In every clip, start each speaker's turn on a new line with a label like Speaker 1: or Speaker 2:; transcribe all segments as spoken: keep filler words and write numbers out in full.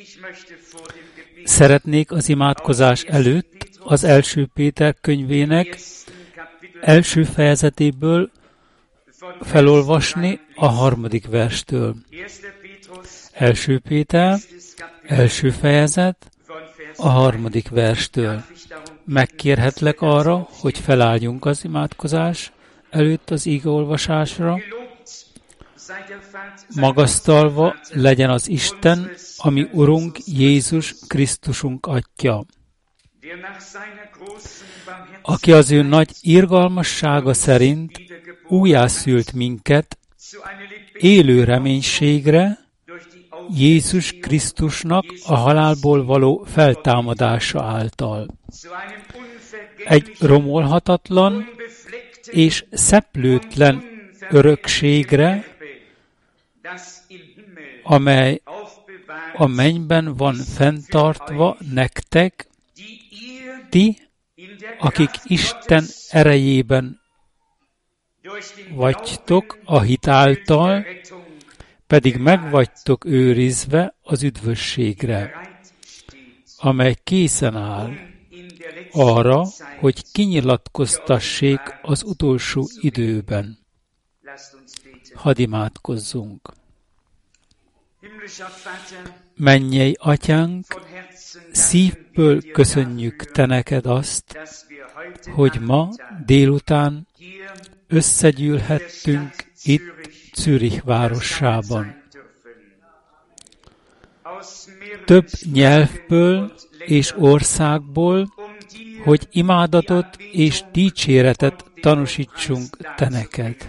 Speaker 1: Szeretnék az imádkozás előtt az első Péter könyvének első fejezetéből felolvasni a harmadik verstől. első Péter, első fejezet, a harmadik verstől. Megkérhetlek arra, hogy felálljunk az imádkozás előtt az igeolvasásra. Magasztalva legyen az Isten, ami Urunk Jézus Krisztusunk Atya, aki az ő nagy irgalmassága szerint újjászült minket élő reménységre Jézus Krisztusnak a halálból való feltámadása által. Egy romolhatatlan és szeplőtlen örökségre, amely a mennyben van fenntartva nektek, ti, akik Isten erejében vagytok a hit által, pedig meg vagytok őrizve az üdvösségre, amely készen áll arra, hogy kinyilatkoztassék az utolsó időben. Hadd imádkozzunk! Mennyei Atyánk, szívből köszönjük Te neked azt, hogy ma délután összegyűlhettünk itt Zürich városában. Több nyelvből és országból, hogy imádatot és dicséretet tanúsítsunk Te neked.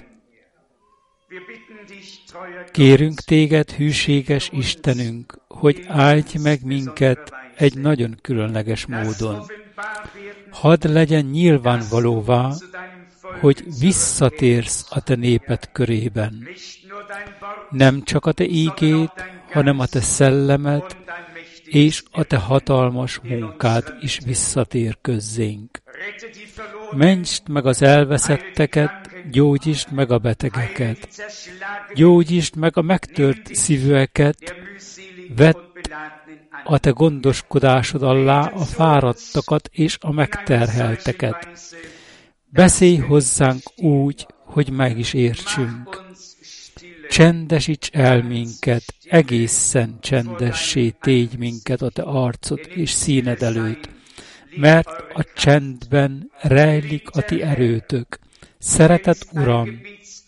Speaker 1: Kérünk Téged, hűséges Istenünk, hogy áldj meg minket egy nagyon különleges módon. Hadd legyen nyilvánvalóvá, hogy visszatérsz a Te néped körében. Nem csak a Te ígéd, hanem a Te szellemed és a Te hatalmas munkád is visszatér közzénk. Mentsd meg az elveszetteket, gyógyítsd meg a betegeket, gyógyítsd meg a megtört szívűeket, vedd a Te gondoskodásod alá a fáradtakat és a megterhelteket. Beszélj hozzánk úgy, hogy meg is értsünk. Csendesíts el minket, egészen csendessé tégy minket a Te arcod és színed előtt, mert a csendben rejlik a Ti erőtök. Szeretett Uram,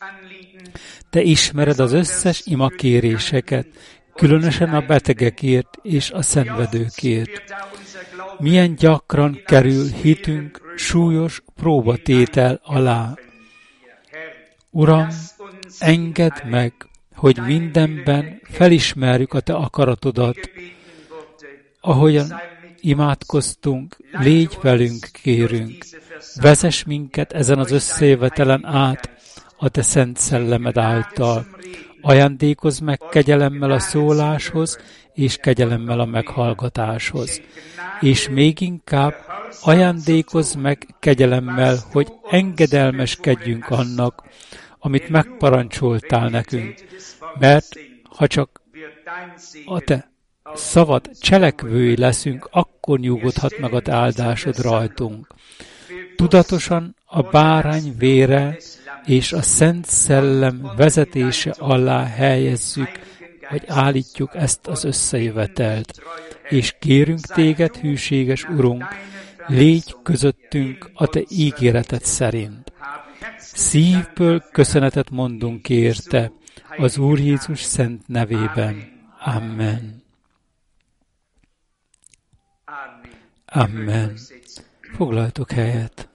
Speaker 1: Te ismered az összes imakéréseket, különösen a betegekért és a szenvedőkért. Milyen gyakran kerül hitünk súlyos próbatétel alá. Uram, engedd meg, hogy mindenben felismerjük a Te akaratodat. Ahogyan imádkoztunk, légy velünk, kérünk. Vezess minket ezen az összejövetelen át a Te szent szellemed által. Ajándékozz meg kegyelemmel a szóláshoz, és kegyelemmel a meghallgatáshoz. És még inkább ajándékozz meg kegyelemmel, hogy engedelmeskedjünk annak, amit megparancsoltál nekünk. Mert ha csak a Te szavad cselekvői leszünk, akkor nyugodhat meg a Te áldásod rajtunk. Tudatosan a bárány vére és a Szent Szellem vezetése alá helyezzük, vagy állítjuk ezt az összejövetelt. És kérünk Téged, hűséges Urunk, légy közöttünk a Te ígéreted szerint. Szívből köszönetet mondunk érte, az Úr Jézus szent nevében. Amen. Amen. Foglaljatok helyet.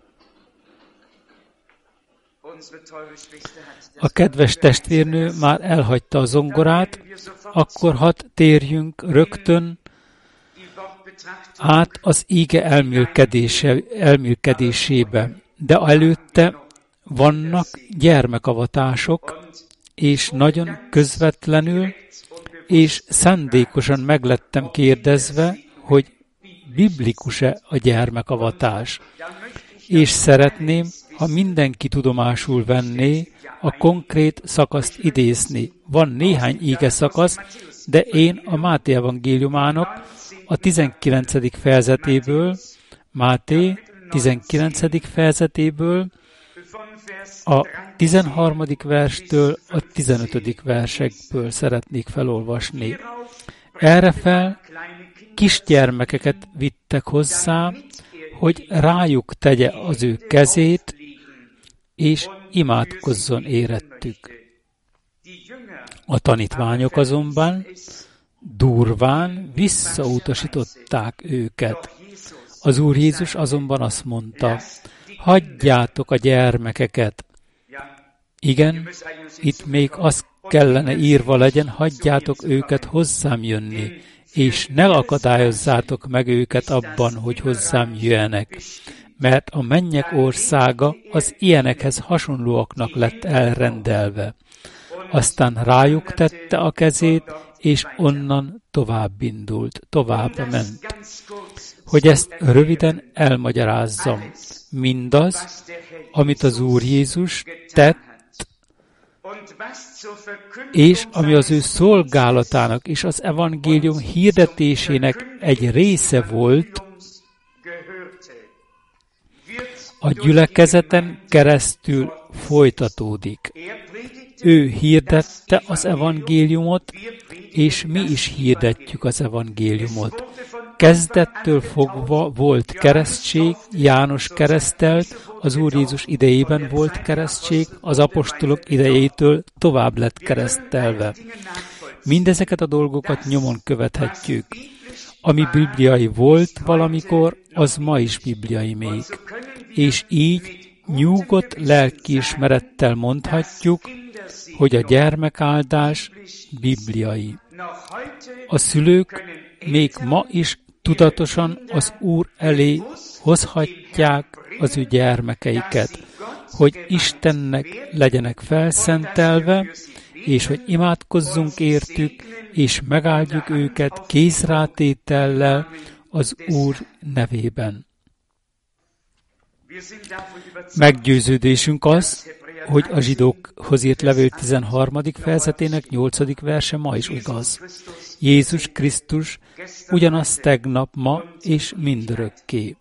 Speaker 1: A kedves testvérnő már elhagyta a zongorát, akkor hadd térjünk rögtön át az íge elmélkedése, elmélkedésébe. De előtte vannak gyermekavatások, és nagyon közvetlenül és szándékosan meglettem kérdezve, hogy biblikus-e a gyermekavatás. És szeretném, ha mindenki tudomásul venné, a konkrét szakaszt idézni. Van néhány íge szakasz, de én a Máté evangéliumának a tizenkilencedik fejezetéből, Máté tizenkilencedik fejezetéből, a tizenharmadik verstől a tizenötödik versekből szeretnék felolvasni. Erre fel kisgyermekeket vittek hozzá, hogy rájuk tegye az ő kezét, és imádkozzon érettük. A tanítványok azonban durván visszautasították őket. Az Úr Jézus azonban azt mondta, hagyjátok a gyermekeket. Igen, itt még az kellene írva legyen, hagyjátok őket hozzám jönni, és ne akadályozzátok meg őket abban, hogy hozzám jöjjenek, mert a mennyek országa az ilyenekhez hasonlóaknak lett elrendelve. Aztán rájuk tette a kezét, és onnan tovább indult, tovább ment. Hogy ezt röviden elmagyarázzam, mindaz, amit az Úr Jézus tett, és ami az ő szolgálatának és az evangélium hirdetésének egy része volt, a gyülekezeten keresztül folytatódik. Ő hirdette az evangéliumot, és mi is hirdetjük az evangéliumot. Kezdettől fogva volt keresztség, János keresztelt, az Úr Jézus idejében volt keresztség, az apostolok idejétől tovább lett keresztelve. Mindezeket a dolgokat nyomon követhetjük. Ami bibliai volt valamikor, az ma is bibliai még. És így nyugodt lelkiismerettel mondhatjuk, hogy a gyermekáldás bibliai. A szülők még ma is tudatosan az Úr elé hozhatják az ő gyermekeiket, hogy Istennek legyenek felszentelve, és hogy imádkozzunk értük, és megáldjuk őket kézrátétellel az Úr nevében. Meggyőződésünk az, hogy a zsidókhoz írt levél tizenharmadik fejezetének nyolcadik verse ma is igaz. Jézus Krisztus ugyanaz tegnap, ma és mindörökké.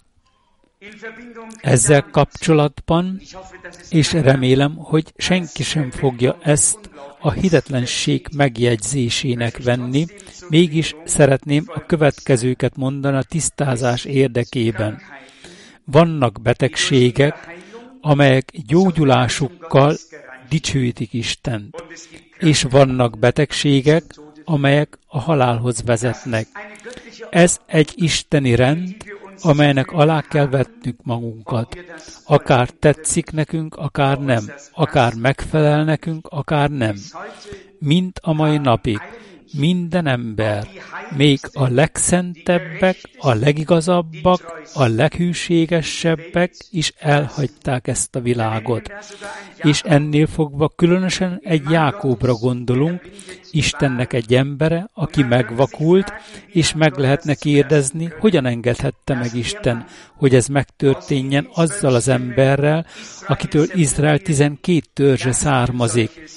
Speaker 1: Ezzel kapcsolatban, és remélem, hogy senki sem fogja ezt a hitetlenség megjegyzésének venni, mégis szeretném a következőket mondani a tisztázás érdekében. Vannak betegségek, amelyek gyógyulásukkal dicsőítik Istent, és vannak betegségek, amelyek a halálhoz vezetnek. Ez egy isteni rend, amelynek alá kell vetnünk magunkat. Akár tetszik nekünk, akár nem. Akár megfelel nekünk, akár nem. Mint a mai napig. Minden ember, még a legszentebbek, a legigazabbak, a leghűségesebbek is elhagyták ezt a világot. És ennél fogva különösen egy Jákóbra gondolunk, Istennek egy embere, aki megvakult, és meg lehetne kérdezni, hogyan engedhette meg Isten, hogy ez megtörténjen azzal az emberrel, akitől Izrael tizenkét törzse származik.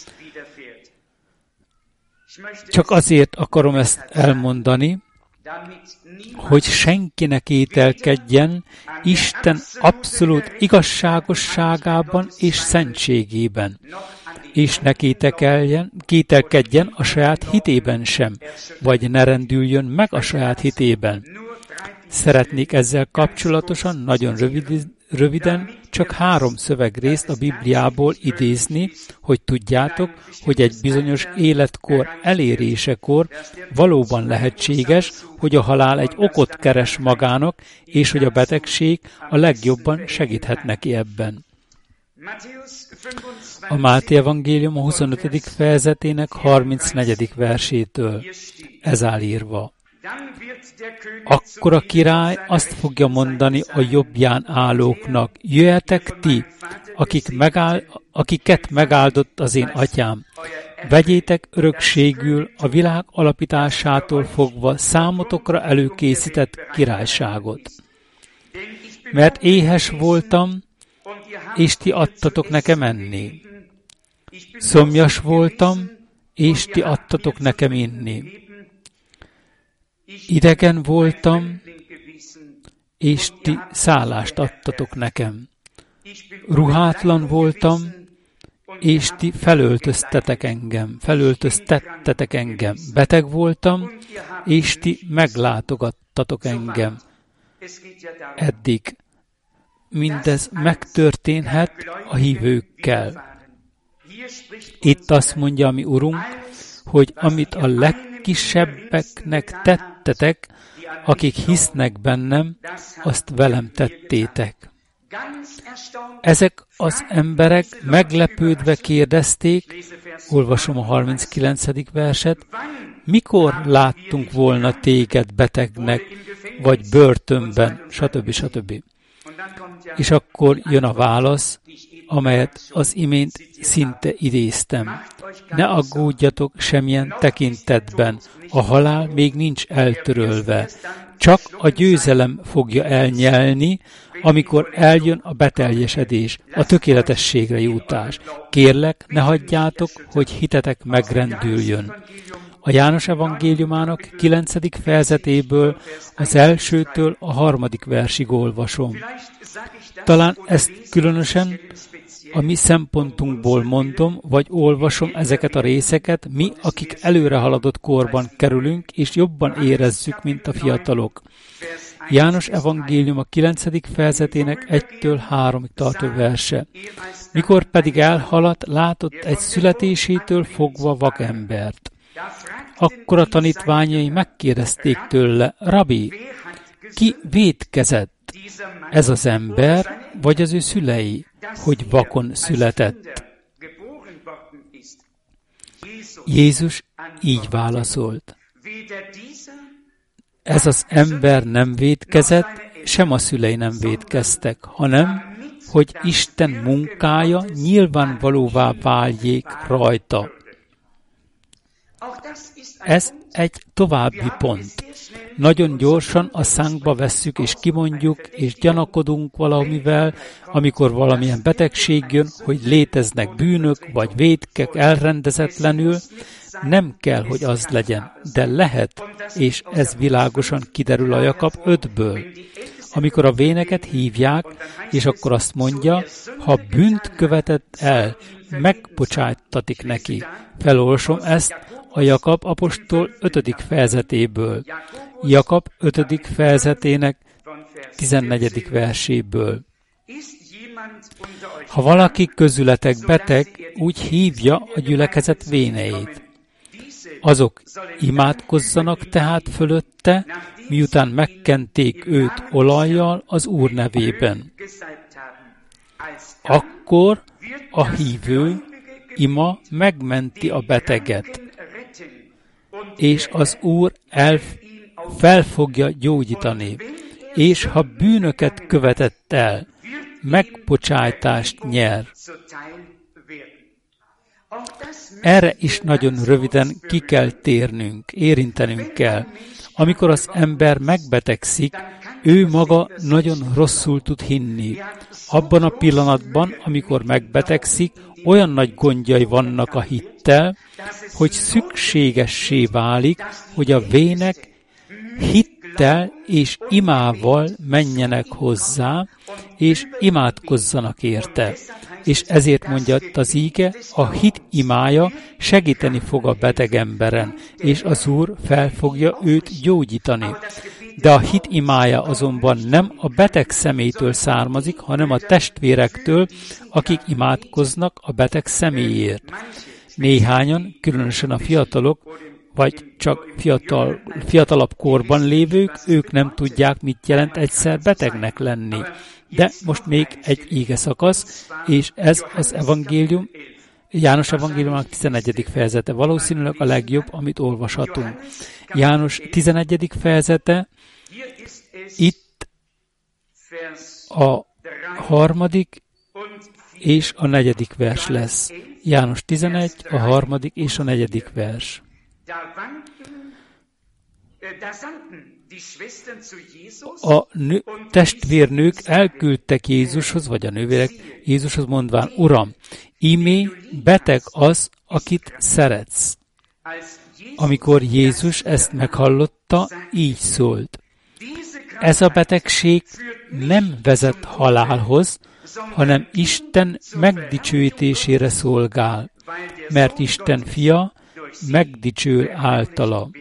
Speaker 1: Csak azért akarom ezt elmondani, hogy senki ne kételkedjen Isten abszolút igazságosságában és szentségében, és ne kételkedjen a saját hitében sem, vagy ne rendüljön meg a saját hitében. Szeretnék ezzel kapcsolatosan nagyon rövid, röviden csak három szövegrészt a Bibliából idézni, hogy tudjátok, hogy egy bizonyos életkor elérésekor valóban lehetséges, hogy a halál egy okot keres magának, és hogy a betegség a legjobban segíthet neki ebben. A Máté evangélium a huszonötödik fejezetének harmincnegyedik versétől ez áll írva. Akkor a király azt fogja mondani a jobbján állóknak, jöjjetek ti, akik megáll, akiket megáldott az én atyám, vegyétek örökségül a világ alapításától fogva számotokra előkészített királyságot. Mert éhes voltam, és ti adtatok nekem enni. Szomjas voltam, és ti adtatok nekem inni. Idegen voltam, és ti szállást adtatok nekem. Ruhátlan voltam, és ti felöltöztetek engem, felöltöztettetek engem. Beteg voltam, és ti meglátogattatok engem. Eddig mindez megtörténhet a hívőkkel. Itt azt mondja a mi Urunk, hogy amit a legkisebbeknek tettetek, akik hisznek bennem, azt velem tettétek. Ezek az emberek meglepődve kérdezték, olvasom a harminckilencedik verset, mikor láttunk volna téged betegnek, vagy börtönben, stb. stb. És akkor jön a válasz, amelyet az imént szinte idéztem. Ne aggódjatok semmilyen tekintetben, a halál még nincs eltörölve, csak a győzelem fogja elnyelni, amikor eljön a beteljesedés, a tökéletességre jutás. Kérlek, ne hagyjátok, hogy hitetek megrendüljön. A János evangéliumának kilencedik fejezetéből az elsőtől a harmadik versig olvasom. Talán ezt különösen a mi szempontunkból mondom, vagy olvasom ezeket a részeket, mi, akik előre haladott korban kerülünk, és jobban érezzük, mint a fiatalok. János evangélium a kilencedik fejezetének egytől háromig tartó verse. Mikor pedig elhaladt, látott egy születésétől fogva vakembert. Akkor a tanítványai megkérdezték tőle, Rabbi, ki vétkezett? Ez az ember, vagy az ő szülei, hogy vakon született? Jézus így válaszolt. Ez az ember nem vétkezett, sem a szülei nem vétkeztek, hanem, hogy Isten munkája nyilvánvalóvá váljék rajta. Ez egy további pont. Nagyon gyorsan a szánkba vesszük és kimondjuk, és gyanakodunk valamivel, amikor valamilyen betegség jön, hogy léteznek bűnök vagy vétkek elrendezetlenül. Nem kell, hogy az legyen, de lehet, és ez világosan kiderül a Jakab ötből. Amikor a véneket hívják, és akkor azt mondja, ha bűnt követett el, megbocsájtatik neki. Felolvasom ezt a Jakab apostol ötödik fejezetéből. Jakab ötödik fejezetének tizennegyedik verséből. Ha valaki közületek beteg, úgy hívja a gyülekezet véneit. Azok imádkozzanak tehát fölötte, miután megkenték őt olajjal az Úr nevében. Akkor a hívő ima megmenti a beteget, és az Úr el, fel fogja gyógyítani, és ha bűnöket követett el, megbocsájtást nyer. Erre is nagyon röviden ki kell térnünk, érintenünk kell. Amikor az ember megbetegszik, ő maga nagyon rosszul tud hinni. Abban a pillanatban, amikor megbetegszik, olyan nagy gondjai vannak a hittel, hogy szükségessé válik, hogy a vének hittel és imával menjenek hozzá, és imádkozzanak érte. És ezért mondja az íge, a hit imája segíteni fog a beteg emberen, és az Úr fel fogja őt gyógyítani. De a hit imája azonban nem a beteg személytől származik, hanem a testvérektől, akik imádkoznak a beteg személyért. Néhányan, különösen a fiatalok, vagy csak fiatal, fiatalabb korban lévők, ők nem tudják, mit jelent egyszer betegnek lenni. De most még egy íge szakasz, és ez az evangélium, János evangéliumának tizennegyedik fejezete. Valószínűleg a legjobb, amit olvashatunk. János tizenegyedik fejezete, itt a harmadik és a negyedik vers lesz. János tizenegy, a harmadik és a negyedik vers. A nő, testvérnők elküldtek Jézushoz, vagy a nővérek Jézushoz mondván, Uram, ímé beteg az, akit szeretsz. Amikor Jézus ezt meghallotta, így szólt: ez a betegség nem vezet halálhoz, hanem Isten megdicsőítésére szolgál, mert Isten fia megdicsől általa.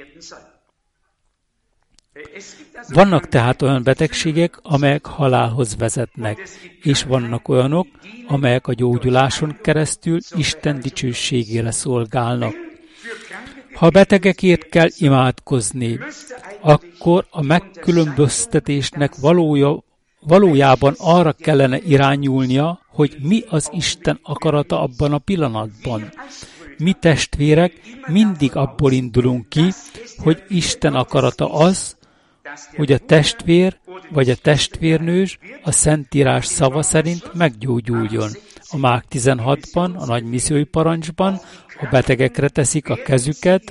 Speaker 1: Vannak tehát olyan betegségek, amelyek halálhoz vezetnek, és vannak olyanok, amelyek a gyógyuláson keresztül Isten dicsőségére szolgálnak. Ha a betegekért kell imádkozni, akkor a megkülönböztetésnek valója, valójában arra kellene irányulnia, hogy mi az Isten akarata abban a pillanatban. Mi testvérek mindig abból indulunk ki, hogy Isten akarata az, hogy a testvér vagy a testvérnős a Szentírás szava szerint meggyógyuljon. A Mák tizenhatban, a nagy missziói parancsban a betegekre teszik a kezüket,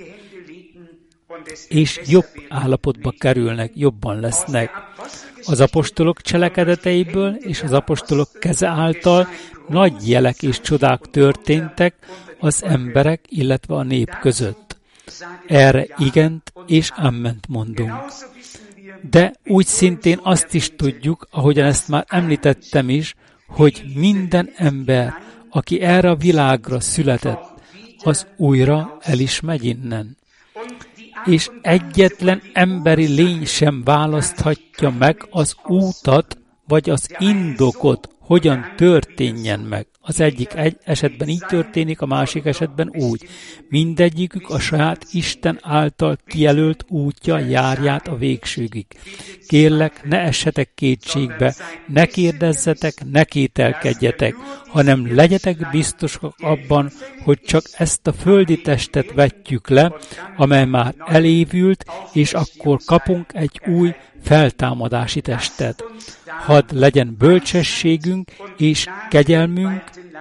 Speaker 1: és jobb állapotba kerülnek, jobban lesznek. Az apostolok cselekedeteiből és az apostolok keze által nagy jelek és csodák történtek az emberek, illetve a nép között. Erre igent és amment mondunk. De úgy szintén azt is tudjuk, ahogyan ezt már említettem is, hogy minden ember, aki erre a világra született, az újra el is megy innen. És egyetlen emberi lény sem választhatja meg az útat, vagy az indokot, hogyan történjen meg. Az egyik egy esetben így történik, a másik esetben úgy. Mindegyikük a saját Isten által kijelölt útja járját a végsőgig. Kérlek, ne essetek kétségbe, ne kérdezzetek, ne kételkedjetek, hanem legyetek biztosak abban, hogy csak ezt a földi testet vetjük le, amely már elévült, és akkor kapunk egy új feltámadási testet. Hadd legyen bölcsességünk és kegyelmünk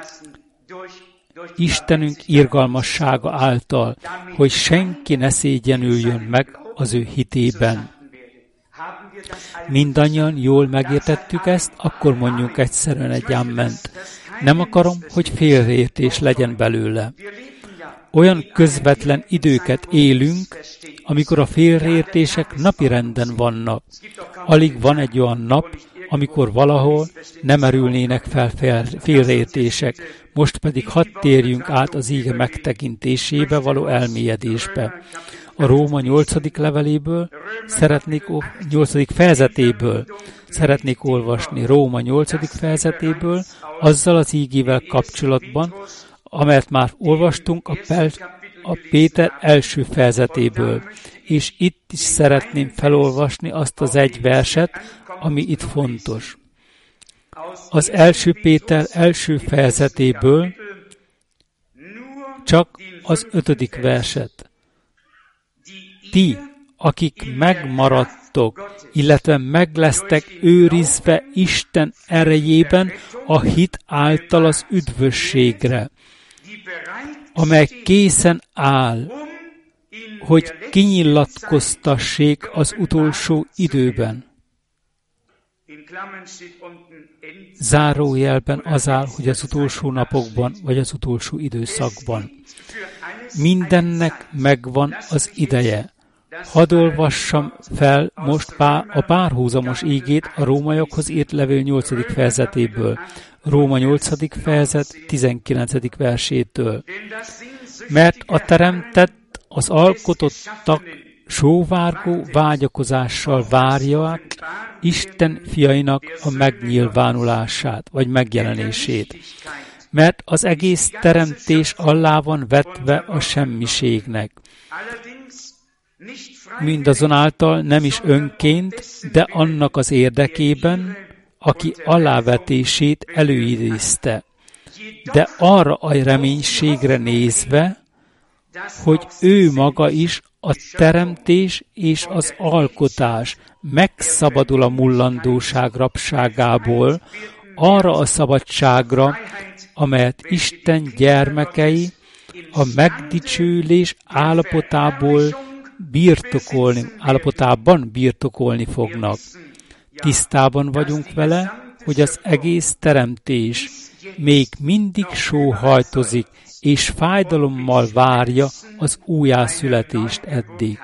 Speaker 1: Istenünk irgalmassága által, hogy senki ne szégyenüljön meg az ő hitében. Mindannyian jól megértettük ezt, akkor mondjunk egyszerűen egy amment. Nem akarom, hogy félreértés legyen belőle. Olyan közvetlen időket élünk, amikor a félreértések napirenden vannak. Alig van egy olyan nap, amikor valahol nem merülnének fel félreértések. Most pedig hadd térjünk át az íge megtekintésébe való elmélyedésbe. A Róma nyolcadik leveléből, szeretnék, nyolcadik fejezetéből szeretnék olvasni, Róma nyolcadik fejezetéből, azzal az ígével kapcsolatban, amelyet már olvastunk a, Pel- a Péter első fejezetéből. És itt is szeretném felolvasni azt az egy verset, ami itt fontos. Az első Péter első fejezetéből csak az ötödik verset. Ti, akik megmaradtok, illetve meg lesztek őrizve Isten erejében a hit által az üdvösségre, amely készen áll, hogy kinyilatkoztassék az utolsó időben. Zárójelben az áll, hogy az utolsó napokban, vagy az utolsó időszakban. Mindennek megvan az ideje. Hadd olvassam fel most a párhuzamos ígét a rómaiakhoz írt levél nyolcadik fejezetéből. Róma nyolcadik fejezet tizenkilencedik versétől. Mert a teremtett, az alkotottak sóvárgó vágyakozással várják Isten fiainak a megnyilvánulását, vagy megjelenését. Mert az egész teremtés alá van vetve a semmiségnek. Mindazonáltal nem is önként, de annak az érdekében, aki alávetését előidézte. De arra a reménységre nézve, hogy ő maga is a teremtés és az alkotás megszabadul a mullandóság rabságából, arra a szabadságra, amelyet Isten gyermekei a megdicsőlés állapotából birtokolni, állapotában birtokolni fognak. Tisztában vagyunk vele, hogy az egész teremtés még mindig sóhajtozik, és fájdalommal várja az újjászületést eddig.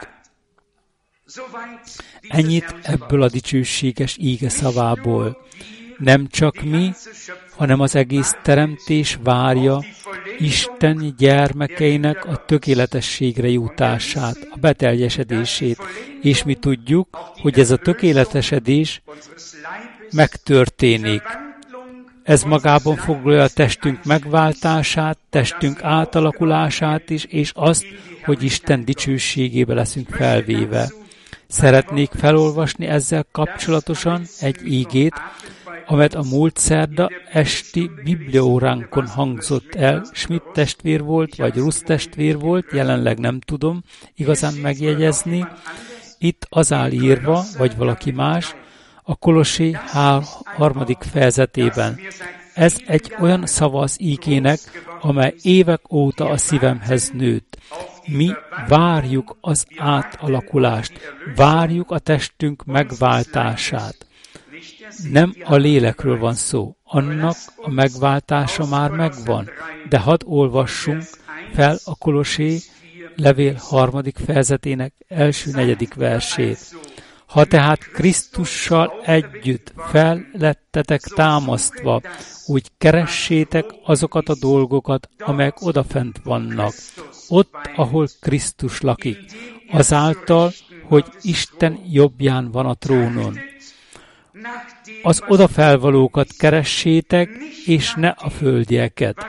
Speaker 1: Ennyit ebből a dicsőséges íge szavából. Nem csak mi, hanem az egész teremtés várja Isten gyermekeinek a tökéletességre jutását, a beteljesedését, és mi tudjuk, hogy ez a tökéletesedés megtörténik. Ez magában foglalja a testünk megváltását, testünk átalakulását is, és azt, hogy Isten dicsőségébe leszünk felvéve. Szeretnék felolvasni ezzel kapcsolatosan egy ígét, amelyet a múlt szerda esti bibliaóránkon hangzott el. Schmidt testvér volt, vagy Rusz testvér volt, jelenleg nem tudom igazán megjegyezni. Itt az áll írva, vagy valaki más, a Kolossé harmadik fejezetében. Ez egy olyan szava az ígének, amely évek óta a szívemhez nőtt. Mi várjuk az átalakulást, várjuk a testünk megváltását. Nem a lélekről van szó, annak a megváltása már megvan, de hadd olvassunk fel a Kolossé levél harmadik fejezetének első negyedik versét. Ha tehát Krisztussal együtt fellettetek támasztva, úgy keressétek azokat a dolgokat, amelyek odafent vannak, ott, ahol Krisztus lakik, azáltal, hogy Isten jobbján van a trónon. Az odafelvalókat keressétek, és ne a földieket.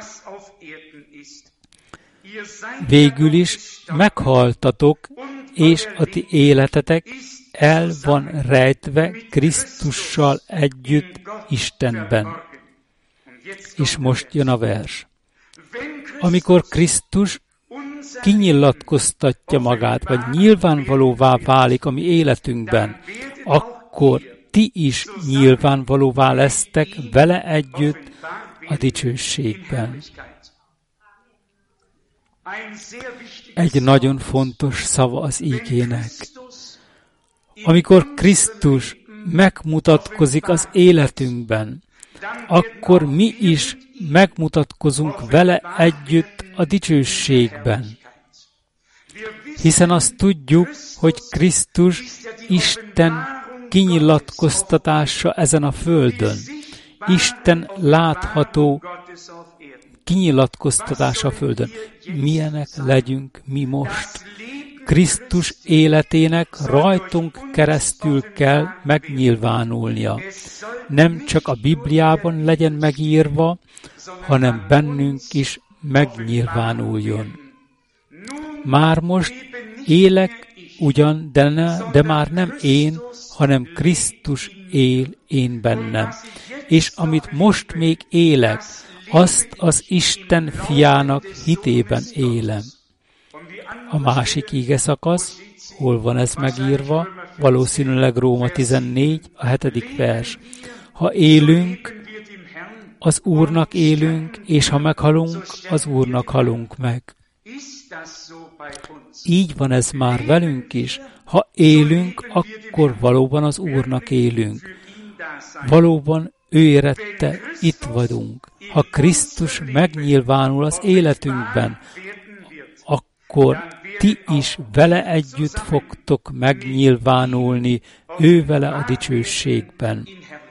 Speaker 1: Végül is meghaltatok, és a ti életetek el van rejtve Krisztussal együtt Istenben. És most jön a vers. Amikor Krisztus kinyilatkoztatja magát, vagy nyilvánvalóvá válik a mi életünkben, akkor ti is nyilvánvalóvá lesztek vele együtt a dicsőségben. Egy nagyon fontos szava az ígének. Amikor Krisztus megmutatkozik az életünkben, akkor mi is megmutatkozunk vele együtt a dicsőségben. Hiszen azt tudjuk, hogy Krisztus Isten kinyilatkoztatása ezen a földön. Isten látható kinyilatkoztatása a földön. Milyenek legyünk mi most? Krisztus életének rajtunk keresztül kell megnyilvánulnia. Nem csak a Bibliában legyen megírva, hanem bennünk is megnyilvánuljon. Már most élek ugyan, de, ne, de már nem én, hanem Krisztus él én bennem. És amit most még élek, azt az Isten fiának hitében élem. A másik íge szakasz, hol van ez megírva? Valószínűleg Róma tizennégy, a hetedik vers. Ha élünk, az Úrnak élünk, és ha meghalunk, az Úrnak halunk meg. Így van ez már velünk is. Ha élünk, akkor valóban az Úrnak élünk. Valóban ő érette, itt vagyunk. Ha Krisztus megnyilvánul az életünkben, akkor ti is vele együtt fogtok megnyilvánulni, ő vele a dicsőségben.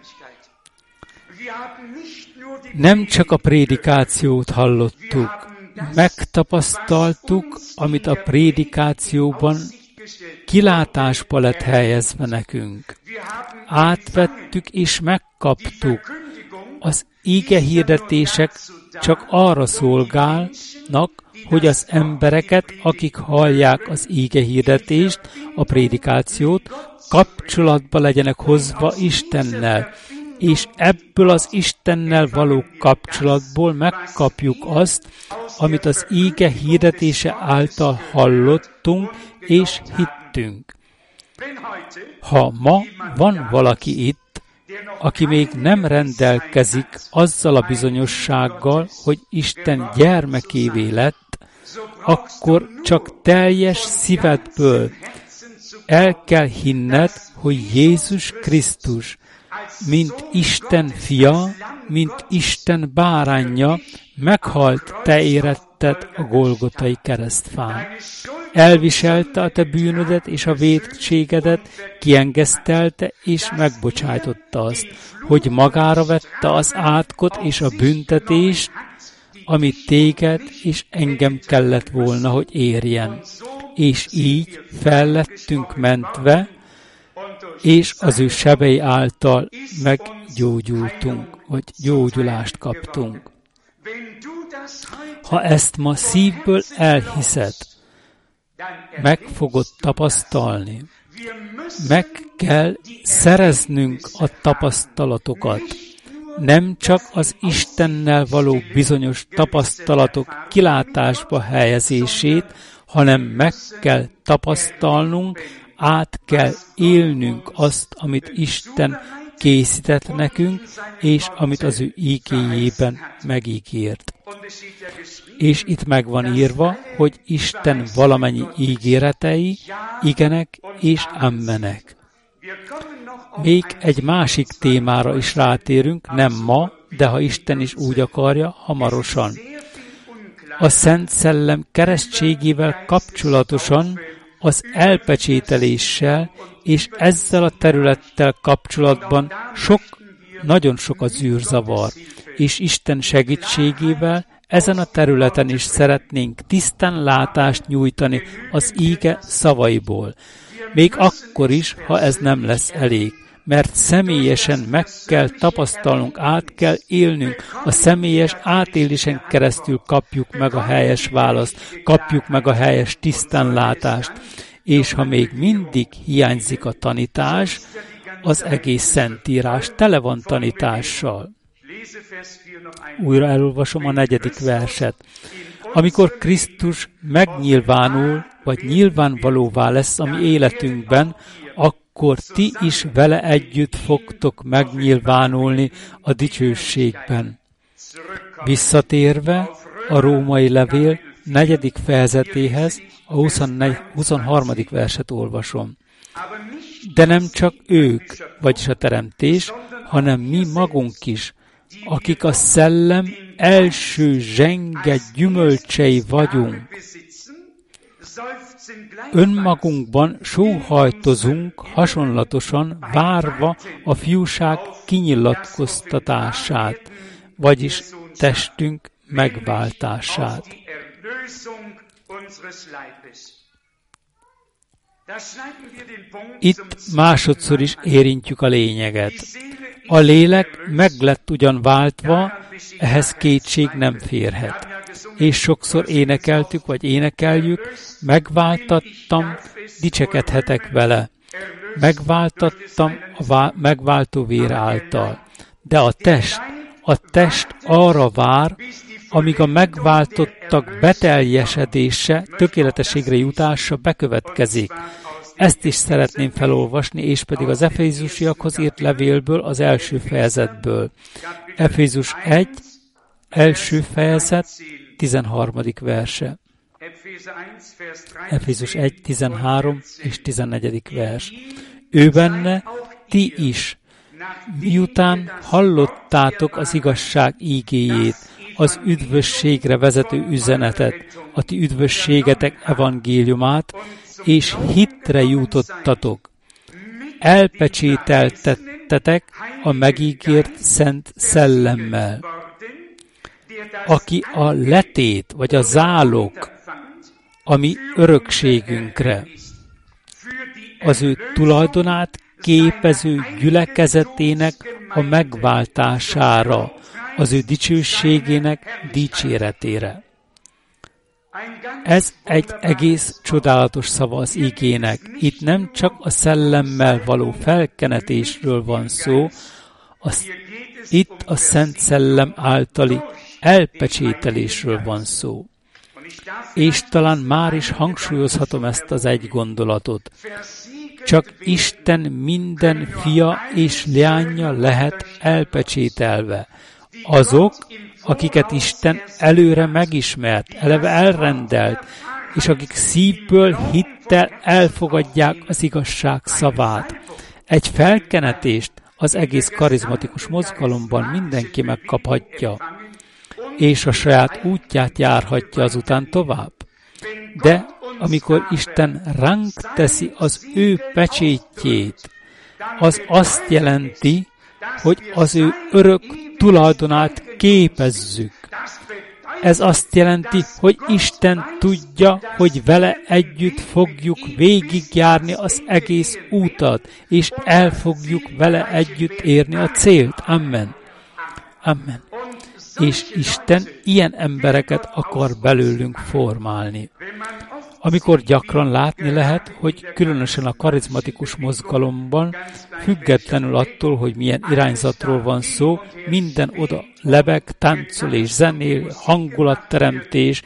Speaker 1: Nem csak a prédikációt hallottuk, megtapasztaltuk, amit a prédikációban kilátásba lett helyezve nekünk. Átvettük és megkaptuk. Az ígehirdetések csak arra szolgálnak, hogy az embereket, akik hallják az ígehirdetést, a prédikációt, kapcsolatba legyenek hozva Istennel, és ebből az Istennel való kapcsolatból megkapjuk azt, amit az íge hirdetése által hallottunk és hittünk. Ha ma van valaki itt, aki még nem rendelkezik azzal a bizonyossággal, hogy Isten gyermekévé lett, akkor csak teljes szívedből el kell hinned, hogy Jézus Krisztus, mint Isten fia, mint Isten báránja, meghalt te éretted a Golgotai keresztfán. Elviselte a te bűnödet és a vétségedet, kiengesztelte és megbocsájtotta azt, hogy magára vette az átkot és a büntetést, amit téged és engem kellett volna, hogy érjen. És így fel lettünk mentve, és az ő sebei által meggyógyultunk, vagy gyógyulást kaptunk. Ha ezt ma szívből elhiszed, meg fogod tapasztalni. Meg kell szereznünk a tapasztalatokat. Nem csak az Istennel való bizonyos tapasztalatok kilátásba helyezését, hanem meg kell tapasztalnunk, át kell élnünk azt, amit Isten készített nekünk, és amit az ő ígéjében megígért. És itt meg van írva, hogy Isten valamennyi ígéretei, igenek és ammenek. Még egy másik témára is rátérünk, nem ma, de ha Isten is úgy akarja, hamarosan. A Szent Szellem keresztségével kapcsolatosan, az elpecsételéssel és ezzel a területtel kapcsolatban sok, nagyon sok az űrzavar, és Isten segítségével ezen a területen is szeretnénk tisztán látást nyújtani az íge szavaiból. Még akkor is, ha ez nem lesz elég, mert személyesen meg kell tapasztalnunk, át kell élnünk, a személyes átélésen keresztül kapjuk meg a helyes választ, kapjuk meg a helyes tisztánlátást, és ha még mindig hiányzik a tanítás, az egész Szentírás tele van tanítással. Újra elolvasom a negyedik verset. Amikor Krisztus megnyilvánul, vagy nyilvánvalóvá lesz a mi életünkben, akkor ti is vele együtt fogtok megnyilvánulni a dicsőségben. Visszatérve a római levél negyedik fejezetéhez, a huszonharmadik verset olvasom. De nem csak ők, vagyis a teremtés, hanem mi magunk is, akik a szellem első zsenge gyümölcsei vagyunk. Önmagunkban sóhajtozunk hasonlatosan, várva a fiúság kinyilatkoztatását, vagyis testünk megváltását. Itt másodszor is érintjük a lényeget. A lélek meg lett ugyan váltva, ehhez kétség nem férhet. És sokszor énekeltük, vagy énekeljük, megváltattam, dicsekedhetek vele. Megváltattam a vá- megváltó vér által. De a test, a test arra vár, amíg a megváltottak beteljesedése, tökéletességre jutása bekövetkezik. Ezt is szeretném felolvasni, és pedig az Efézusiakhoz írt levélből, az első fejezetből. Efézus egy, első fejezet, tizenharmadik verse. Efézus egy, tizenhárom és tizennegyedik vers. Ő benne ti is, miután hallottátok az igazság ígéjét, az üdvösségre vezető üzenetet, a ti üdvösségetek evangéliumát, és hitre jutottatok. Elpecsételtettetek a megígért Szent Szellemmel, aki a letét, vagy a zálog, a mi örökségünkre, az ő tulajdonát képező gyülekezetének a megváltására, az ő dicsőségének dicséretére. Ez egy egész csodálatos szava az igének. Itt nem csak a szellemmel való felkenetésről van szó, az, itt a Szent Szellem általi elpecsételésről van szó. És talán már is hangsúlyozhatom ezt az egy gondolatot. Csak Isten minden fia és leánya lehet elpecsételve. Azok, akiket Isten előre megismert, eleve elrendelt, és akik szívből, hittel elfogadják az igazság szavát. Egy felkenetést az egész karizmatikus mozgalomban mindenki megkaphatja, és a saját útját járhatja azután tovább. De amikor Isten ránk teszi az ő pecsétjét, az azt jelenti, hogy az ő örök tulajdonát képezzük. Ez azt jelenti, hogy Isten tudja, hogy vele együtt fogjuk végigjárni az egész útat, és el fogjuk vele együtt érni a célt. Amen. Amen. És Isten ilyen embereket akar belőlünk formálni. Amikor gyakran látni lehet, hogy különösen a karizmatikus mozgalomban, függetlenül attól, hogy milyen irányzatról van szó, minden oda lebeg, táncol és zenél, hangulatteremtés.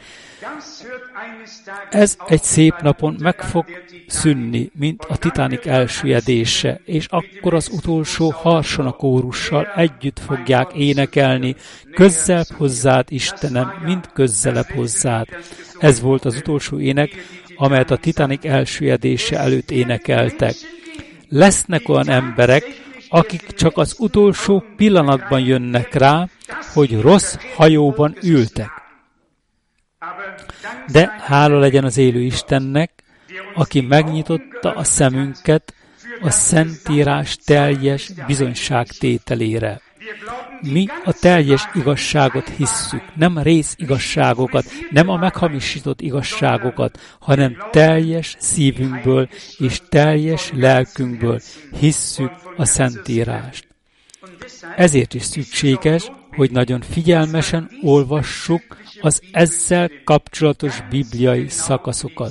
Speaker 1: Ez egy szép napon meg fog szűnni, mint a Titanic elsüllyedése, és akkor az utolsó harsonakórussal együtt fogják énekelni, közelebb hozzád, Istenem, mint közelebb hozzád. Ez volt az utolsó ének, amelyet a Titanic elsüllyedése előtt énekeltek. Lesznek olyan emberek, akik csak az utolsó pillanatban jönnek rá, hogy rossz hajóban ültek. De hála legyen az élő Istennek, aki megnyitotta a szemünket a Szentírás teljes bizonyságtételére. Mi a teljes igazságot hisszük, nem rész igazságokat, nem a meghamisított igazságokat, hanem teljes szívünkből és teljes lelkünkből hisszük a Szentírást. Ezért is szükséges, hogy nagyon figyelmesen olvassuk az ezzel kapcsolatos bibliai szakaszokat.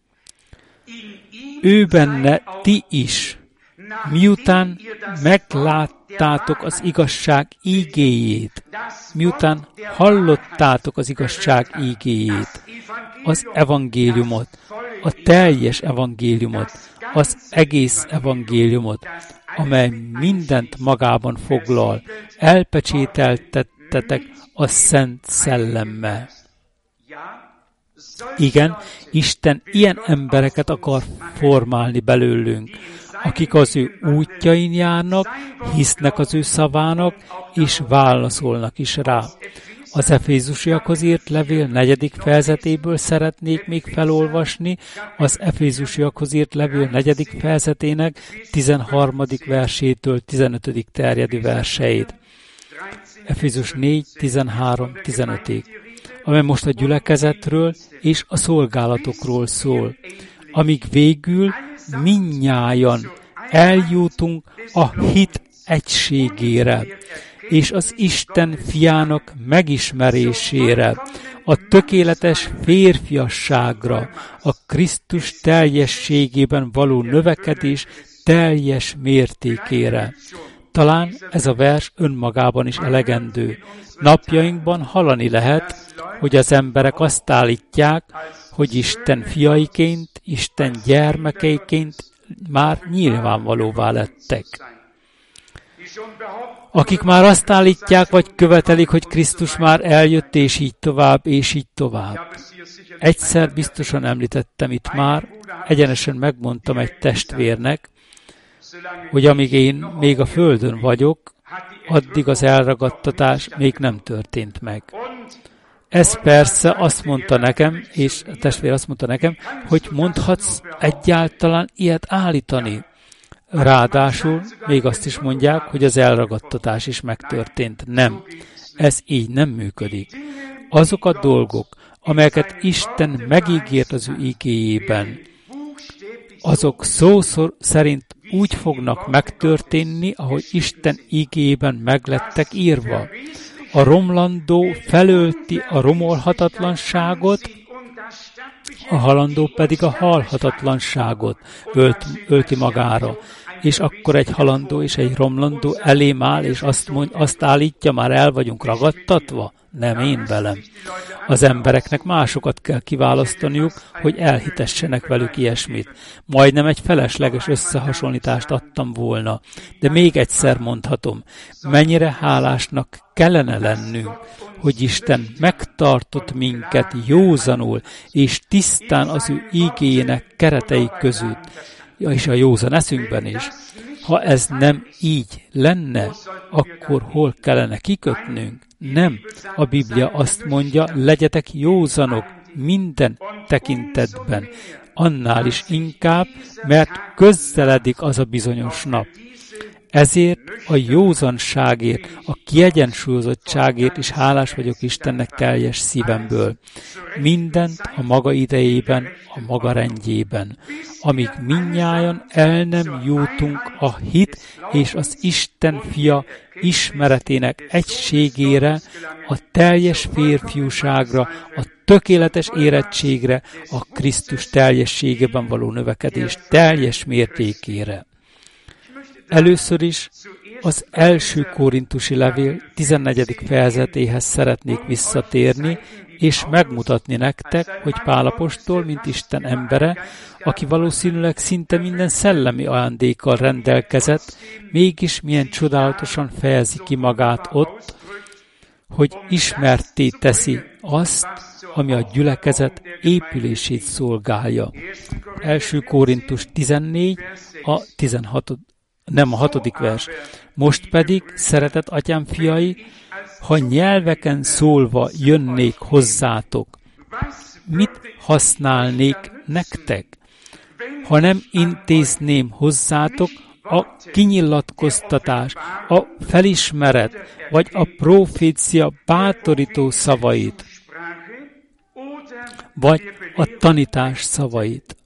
Speaker 1: Ő benne ti is, miután megláttátok az igazság ígéjét, miután hallottátok az igazság ígéjét, az evangéliumot, a teljes evangéliumot, az egész evangéliumot, amely mindent magában foglal, elpecsételtettetek a Szent Szellemmel. Igen, Isten ilyen embereket akar formálni belőlünk, akik az ő útjain járnak, hisznek az ő szavának, és válaszolnak is rá. Az Efézusiakhoz írt levél negyedik fejezetéből szeretnék még felolvasni, az Efézusiakhoz írt levél negyedik fejezetének tizenharmadik versétől tizenötödik terjedő verseit. Efézus négy, tizenhárom, tizenötig, amely most a gyülekezetről és a szolgálatokról szól, amíg végül mindnyájan eljutunk a hit egységére, és az Isten fiának megismerésére, a tökéletes férfiasságra, a Krisztus teljességében való növekedés teljes mértékére. Talán ez a vers önmagában is elegendő. Napjainkban hallani lehet, hogy az emberek azt állítják, hogy Isten fiaiként, Isten gyermekeiként már nyilvánvalóvá lettek. Akik már azt állítják, vagy követelik, hogy Krisztus már eljött, és így tovább, és így tovább. Egyszer biztosan említettem itt már, egyenesen megmondtam egy testvérnek, hogy amíg én még a földön vagyok, addig az elragadtatás még nem történt meg. Ez persze azt mondta nekem, és a testvér azt mondta nekem, hogy mondhatsz egyáltalán ilyet állítani. Ráadásul még azt is mondják, hogy az elragadtatás is megtörtént. Nem, ez így nem működik. Azok a dolgok, amelyeket Isten megígért az ő igéjében, azok szó szerint úgy fognak megtörténni, ahogy Isten igéjében meglettek írva. A romlandó felölti a romolhatatlanságot, a halandó pedig a halhatatlanságot ölt, ölti magára. És akkor egy halandó és egy romlandó elém áll, és azt, mond, azt állítja, már el vagyunk ragadtatva? Nem, én velem. Az embereknek másokat kell kiválasztaniuk, hogy elhitessenek velük ilyesmit. Majdnem egy felesleges összehasonlítást adtam volna. De még egyszer mondhatom, mennyire hálásnak kellene lennünk, hogy Isten megtartott minket józanul és tisztán az ő ígéjének keretei között, és a józan eszünkben is, Ha ez nem így lenne, akkor hol kellene kikötnünk? Nem. A Biblia azt mondja, legyetek józanok minden tekintetben. Annál is inkább, mert közeledik az a bizonyos nap. Ezért a józanságért, a kiegyensúlyozottságért is hálás vagyok Istennek teljes szívemből. Mindent a maga idejében, a maga rendjében. Amíg mindnyájan el nem jutunk a hit és az Isten fia ismeretének egységére, a teljes férfiúságra, a tökéletes érettségre, a Krisztus teljességében való növekedés teljes mértékére. Először is az első korintusi levél tizennegyedik fejezetéhez szeretnék visszatérni, és megmutatni nektek, hogy Pál apostol, mint Isten embere, aki valószínűleg szinte minden szellemi ajándékkal rendelkezett, mégis milyen csodálatosan fejezi ki magát ott, hogy ismertté teszi azt, ami a gyülekezet épülését szolgálja. első Korintus tizennégy, a tizenhatodik nem a hatodik vers. Most pedig, szeretett atyám fiai, ha nyelveken szólva jönnék hozzátok, mit használnék nektek? Ha nem intézném hozzátok a kinyilatkoztatás, a felismeret, vagy a profécia bátorító szavait, vagy a tanítás szavait.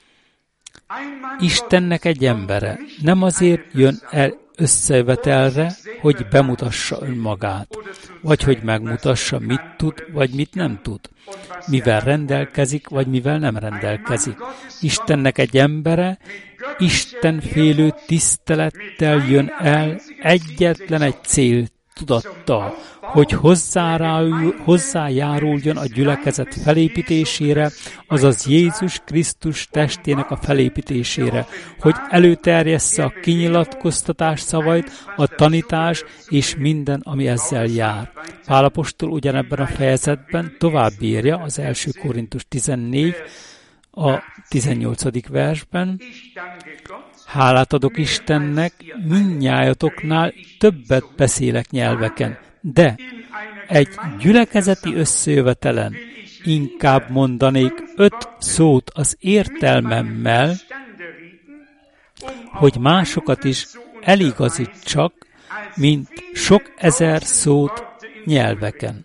Speaker 1: Istennek egy embere nem azért jön el összevetelre, hogy bemutassa önmagát, vagy hogy megmutassa, mit tud, vagy mit nem tud, mivel rendelkezik, vagy mivel nem rendelkezik. Istennek egy embere istenfélő tisztelettel jön el egyetlen egy cél tudattal, hogy hozzájáruljon a gyülekezet felépítésére, azaz Jézus Krisztus testének a felépítésére, hogy előterjessze a kinyilatkoztatás szavait, a tanítás és minden, ami ezzel jár. Pál apostol ugyanebben a fejezetben tovább írja az első Korintus tizennégy, a tizennyolcadik versben, hálát adok Istennek, mindnyájatoknál többet beszélek nyelveken, de egy gyülekezeti összejövetelen inkább mondanék öt szót az értelmemmel, hogy másokat is eligazítsak, mint sok ezer szót nyelveken.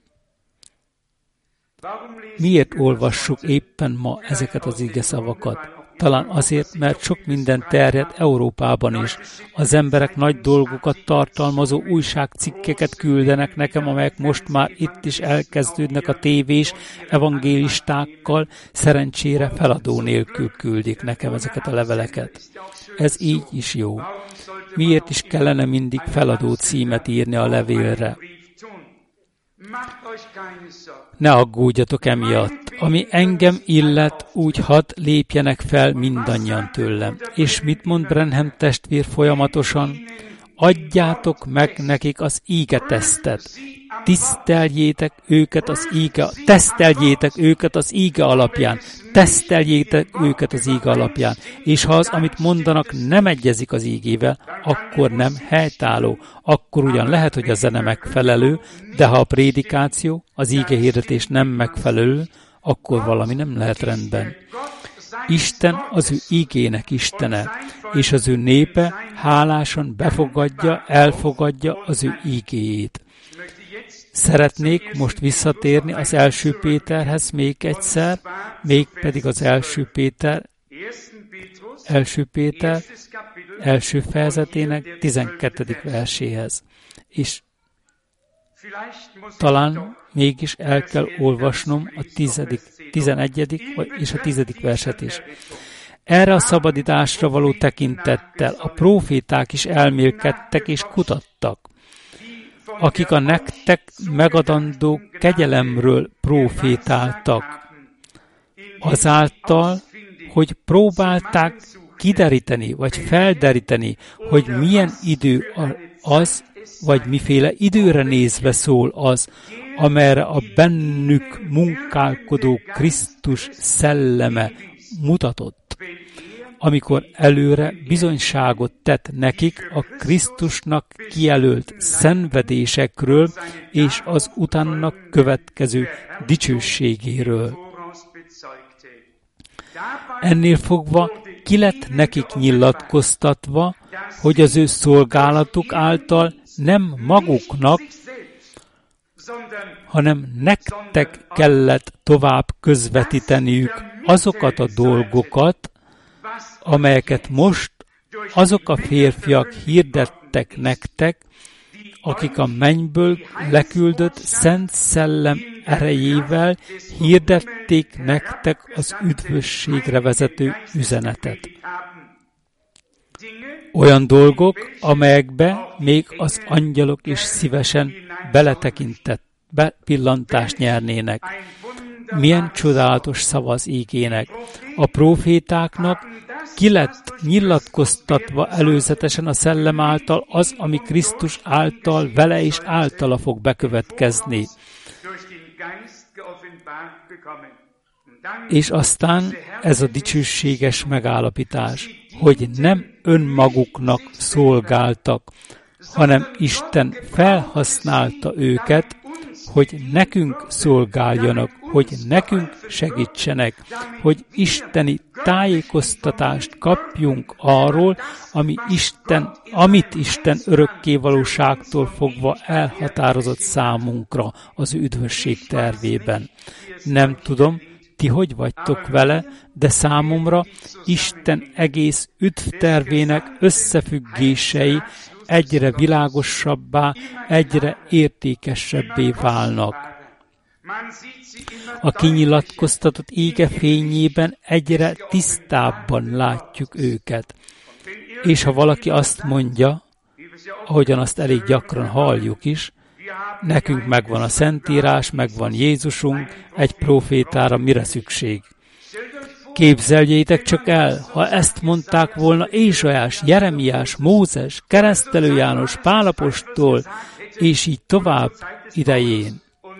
Speaker 1: Miért olvassuk éppen ma ezeket az igeszavakat? Talán azért, mert sok minden terjed Európában is. Az emberek nagy dolgokat tartalmazó újságcikkeket küldenek nekem, amelyek most már itt is elkezdődnek a tévés evangélistákkal, szerencsére feladó nélkül küldik nekem ezeket a leveleket. Ez így is jó. Miért is kellene mindig feladó címet írni a levélre? Ne aggódjatok emiatt. Ami engem illet, úgy hadd lépjenek fel mindannyian tőlem. És mit mond Branham testvér folyamatosan? Adjátok meg nekik az ígetesztet. Tiszteljétek őket az íge, teszteljétek őket az íge alapján. Teszteljétek őket az íge alapján. És ha az, amit mondanak, nem egyezik az ígével, akkor nem helytálló. Akkor ugyan lehet, hogy a zene megfelelő, de ha a prédikáció, az íge hirdetés nem megfelelő, akkor valami nem lehet rendben. Isten az ő ígének Istene, és az ő népe hálásan befogadja, elfogadja az ő ígéjét. Szeretnék most visszatérni az első Péterhez még egyszer, mégpedig az első Péter, első Péter első fejezetének tizenkettedik verséhez. És talán mégis el kell olvasnom a tizedik, tizenegyedik és a tizedik verset is. Erre a szabadításra való tekintettel a próféták is elmélkedtek és kutattak, akik a nektek megadandó kegyelemről prófétáltak, azáltal, hogy próbálták kideríteni, vagy felderíteni, hogy milyen idő az, vagy miféle időre nézve szól az, amerre a bennük munkálkodó Krisztus szelleme mutatott. amikor előre bizonyságot tett nekik a Krisztusnak kijelölt szenvedésekről és az utána következő dicsőségéről. Ennél fogva ki lett nekik nyilatkoztatva, hogy az ő szolgálatuk által nem maguknak, hanem nektek kellett tovább közvetíteniük azokat a dolgokat, amelyeket most azok a férfiak hirdettek nektek, akik a mennyből leküldött Szent Szellem erejével hirdették nektek az üdvösségre vezető üzenetet. Olyan dolgok, amelyekbe még az angyalok is szívesen beletekintett, bepillantást nyernének. Milyen csodálatos szava az ígének. A prófétáknak ki lett nyilatkoztatva előzetesen a Szellem által az, ami Krisztus által, vele és általa fog bekövetkezni. És aztán ez a dicsőséges megállapítás, hogy nem önmaguknak szolgáltak, hanem Isten felhasználta őket, hogy nekünk szolgáljanak, hogy nekünk segítsenek, hogy isteni tájékoztatást kapjunk arról, ami Isten, amit Isten örökkévalóságtól fogva elhatározott számunkra az üdvösség tervében. Nem tudom, ti hogy vagytok vele, de számomra Isten egész üdvtervének összefüggései egyre világosabbá, egyre értékesebbé válnak. A kinyilatkoztatott ége fényében egyre tisztábban látjuk őket. És ha valaki azt mondja, ahogyan azt elég gyakran halljuk is, nekünk megvan a Szentírás, megvan Jézusunk, egy prófétára mire szükség? Képzeljétek csak el, ha ezt mondták volna Ézsaiás, Jeremiás, Mózes, Keresztelő János, Pál apostol, és így tovább idején.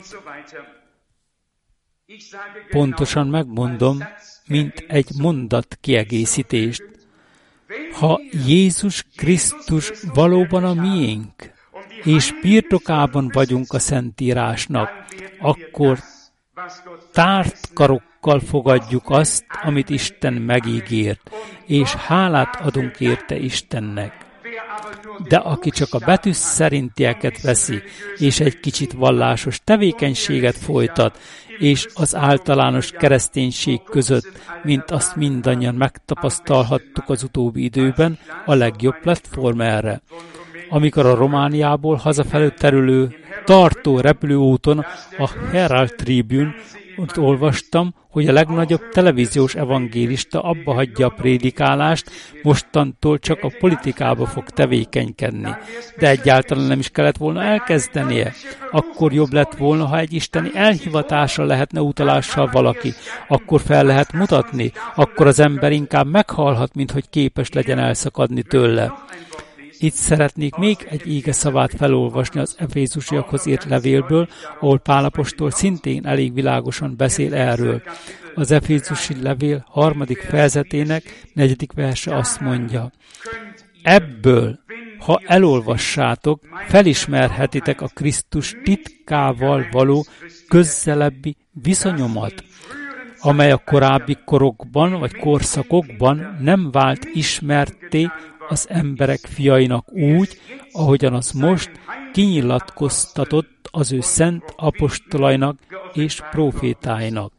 Speaker 1: Pontosan megmondom, mint egy mondat kiegészítést. Ha Jézus Krisztus valóban a miénk, és birtokában vagyunk a Szentírásnak, akkor tárt karokkal fogadjuk azt, amit Isten megígért, és hálát adunk érte Istennek. De aki csak a betű szerintieket veszi, és egy kicsit vallásos tevékenységet folytat, és az általános kereszténység között, mint azt mindannyian megtapasztalhattuk az utóbbi időben, a legjobb platform erre. Amikor a Romániából hazafelé terülő tartó repülőúton a Herald Tribune ott olvastam, hogy a legnagyobb televíziós evangélista abba hagyja a prédikálást, mostantól csak a politikába fog tevékenykedni. De egyáltalán nem is kellett volna elkezdenie. Akkor jobb lett volna, ha egy isteni elhivatásra lehetne utalással valaki. Akkor fel lehet mutatni. Akkor az ember inkább meghalhat, mint hogy képes legyen elszakadni tőle. Itt szeretnék még egy ége szavát felolvasni az Efézusiakhoz írt levélből, ahol Pál apostol szintén elég világosan beszél erről. Az Efézusi levél harmadik fejezetének negyedik verse azt mondja: ebből, ha elolvassátok, felismerhetitek a Krisztus titkával való közelebbi viszonyomat, amely a korábbi korokban vagy korszakokban nem vált ismertté az emberek fiainak úgy, ahogyan az most kinyilatkoztatott az ő szent apostolainak és prófétáinak.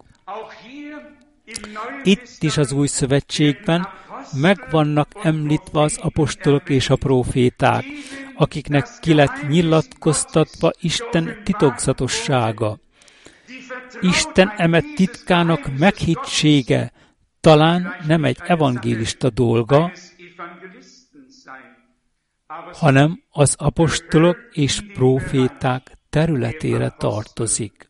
Speaker 1: Itt is az új szövetségben meg vannak említve az apostolok és a próféták, akiknek ki lett nyilatkoztatva Isten titokzatossága. Isten eme titkának meghittsége talán nem egy evangélista dolga, hanem az apostolok és próféták területére tartozik.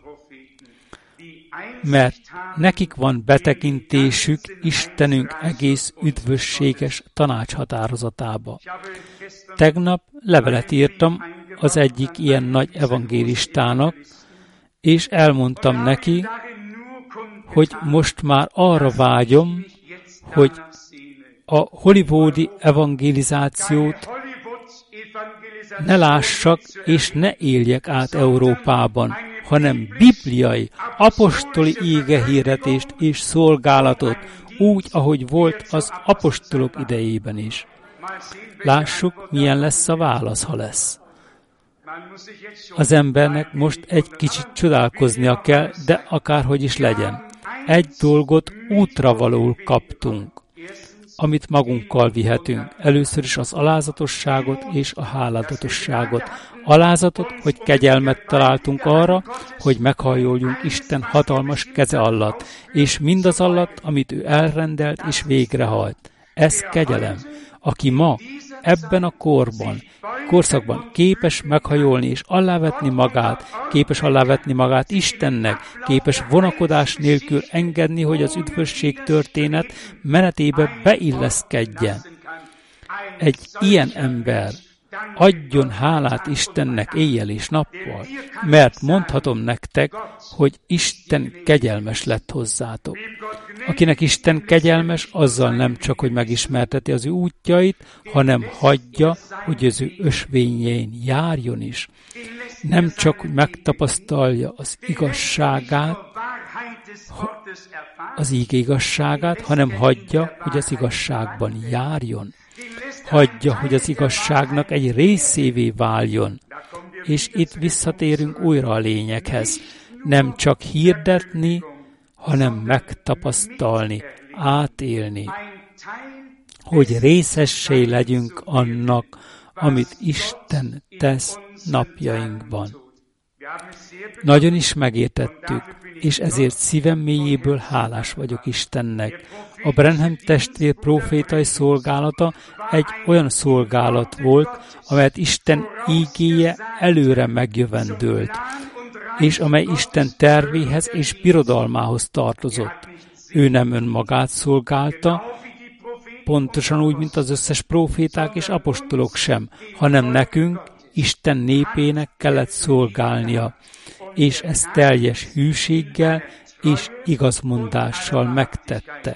Speaker 1: Mert nekik van betekintésük Istenünk egész üdvösséges tanácshatározatába. Tegnap levelet írtam az egyik ilyen nagy evangélistának, és elmondtam neki, hogy most már arra vágyom, hogy a hollywoodi evangelizációt ne lássak és ne éljek át Európában, hanem bibliai, apostoli égehirdetést és szolgálatot, úgy, ahogy volt az apostolok idejében is. Lássuk, milyen lesz a válasz, ha lesz. Az embernek most egy kicsit csodálkoznia kell, de akárhogy is legyen. Egy dolgot útravalóul kaptunk, amit magunkkal vihetünk. Először is az alázatosságot és a háladatosságot. Alázatot, hogy kegyelmet találtunk arra, hogy meghajoljunk Isten hatalmas keze alatt, és mindaz alatt, amit ő elrendelt és végrehajt. Ez kegyelem. Aki ma, ebben a korban, korszakban képes meghajolni és alávetni magát, képes alávetni magát Istennek, képes vonakodás nélkül engedni, hogy az üdvösség történet menetébe beilleszkedjen. Egy ilyen ember adjon hálát Istennek éjjel és nappal, mert mondhatom nektek, hogy Isten kegyelmes lett hozzátok. Akinek Isten kegyelmes, azzal nem csak, hogy megismerteti az ő útjait, hanem hagyja, hogy az ő ösvényein járjon is. Nem csak, hogy megtapasztalja az igazságát, az íge igazságát, hanem hagyja, hogy az igazságban járjon. Hagyja, hogy az igazságnak egy részévé váljon. És itt visszatérünk újra a lényeghez. Nem csak hirdetni, hanem megtapasztalni, átélni. Hogy részessé legyünk annak, amit Isten tesz napjainkban. Nagyon is megértettük, és ezért szívem mélyéből hálás vagyok Istennek. A Branham testvér profétai szolgálata egy olyan szolgálat volt, amelyet Isten ígéje előre megjövendőlt, és amely Isten tervéhez és birodalmához tartozott. Ő nem önmagát szolgálta, pontosan úgy, mint az összes proféták és apostolok sem, hanem nekünk, Isten népének kellett szolgálnia, és ezt teljes hűséggel és igazmondással megtette.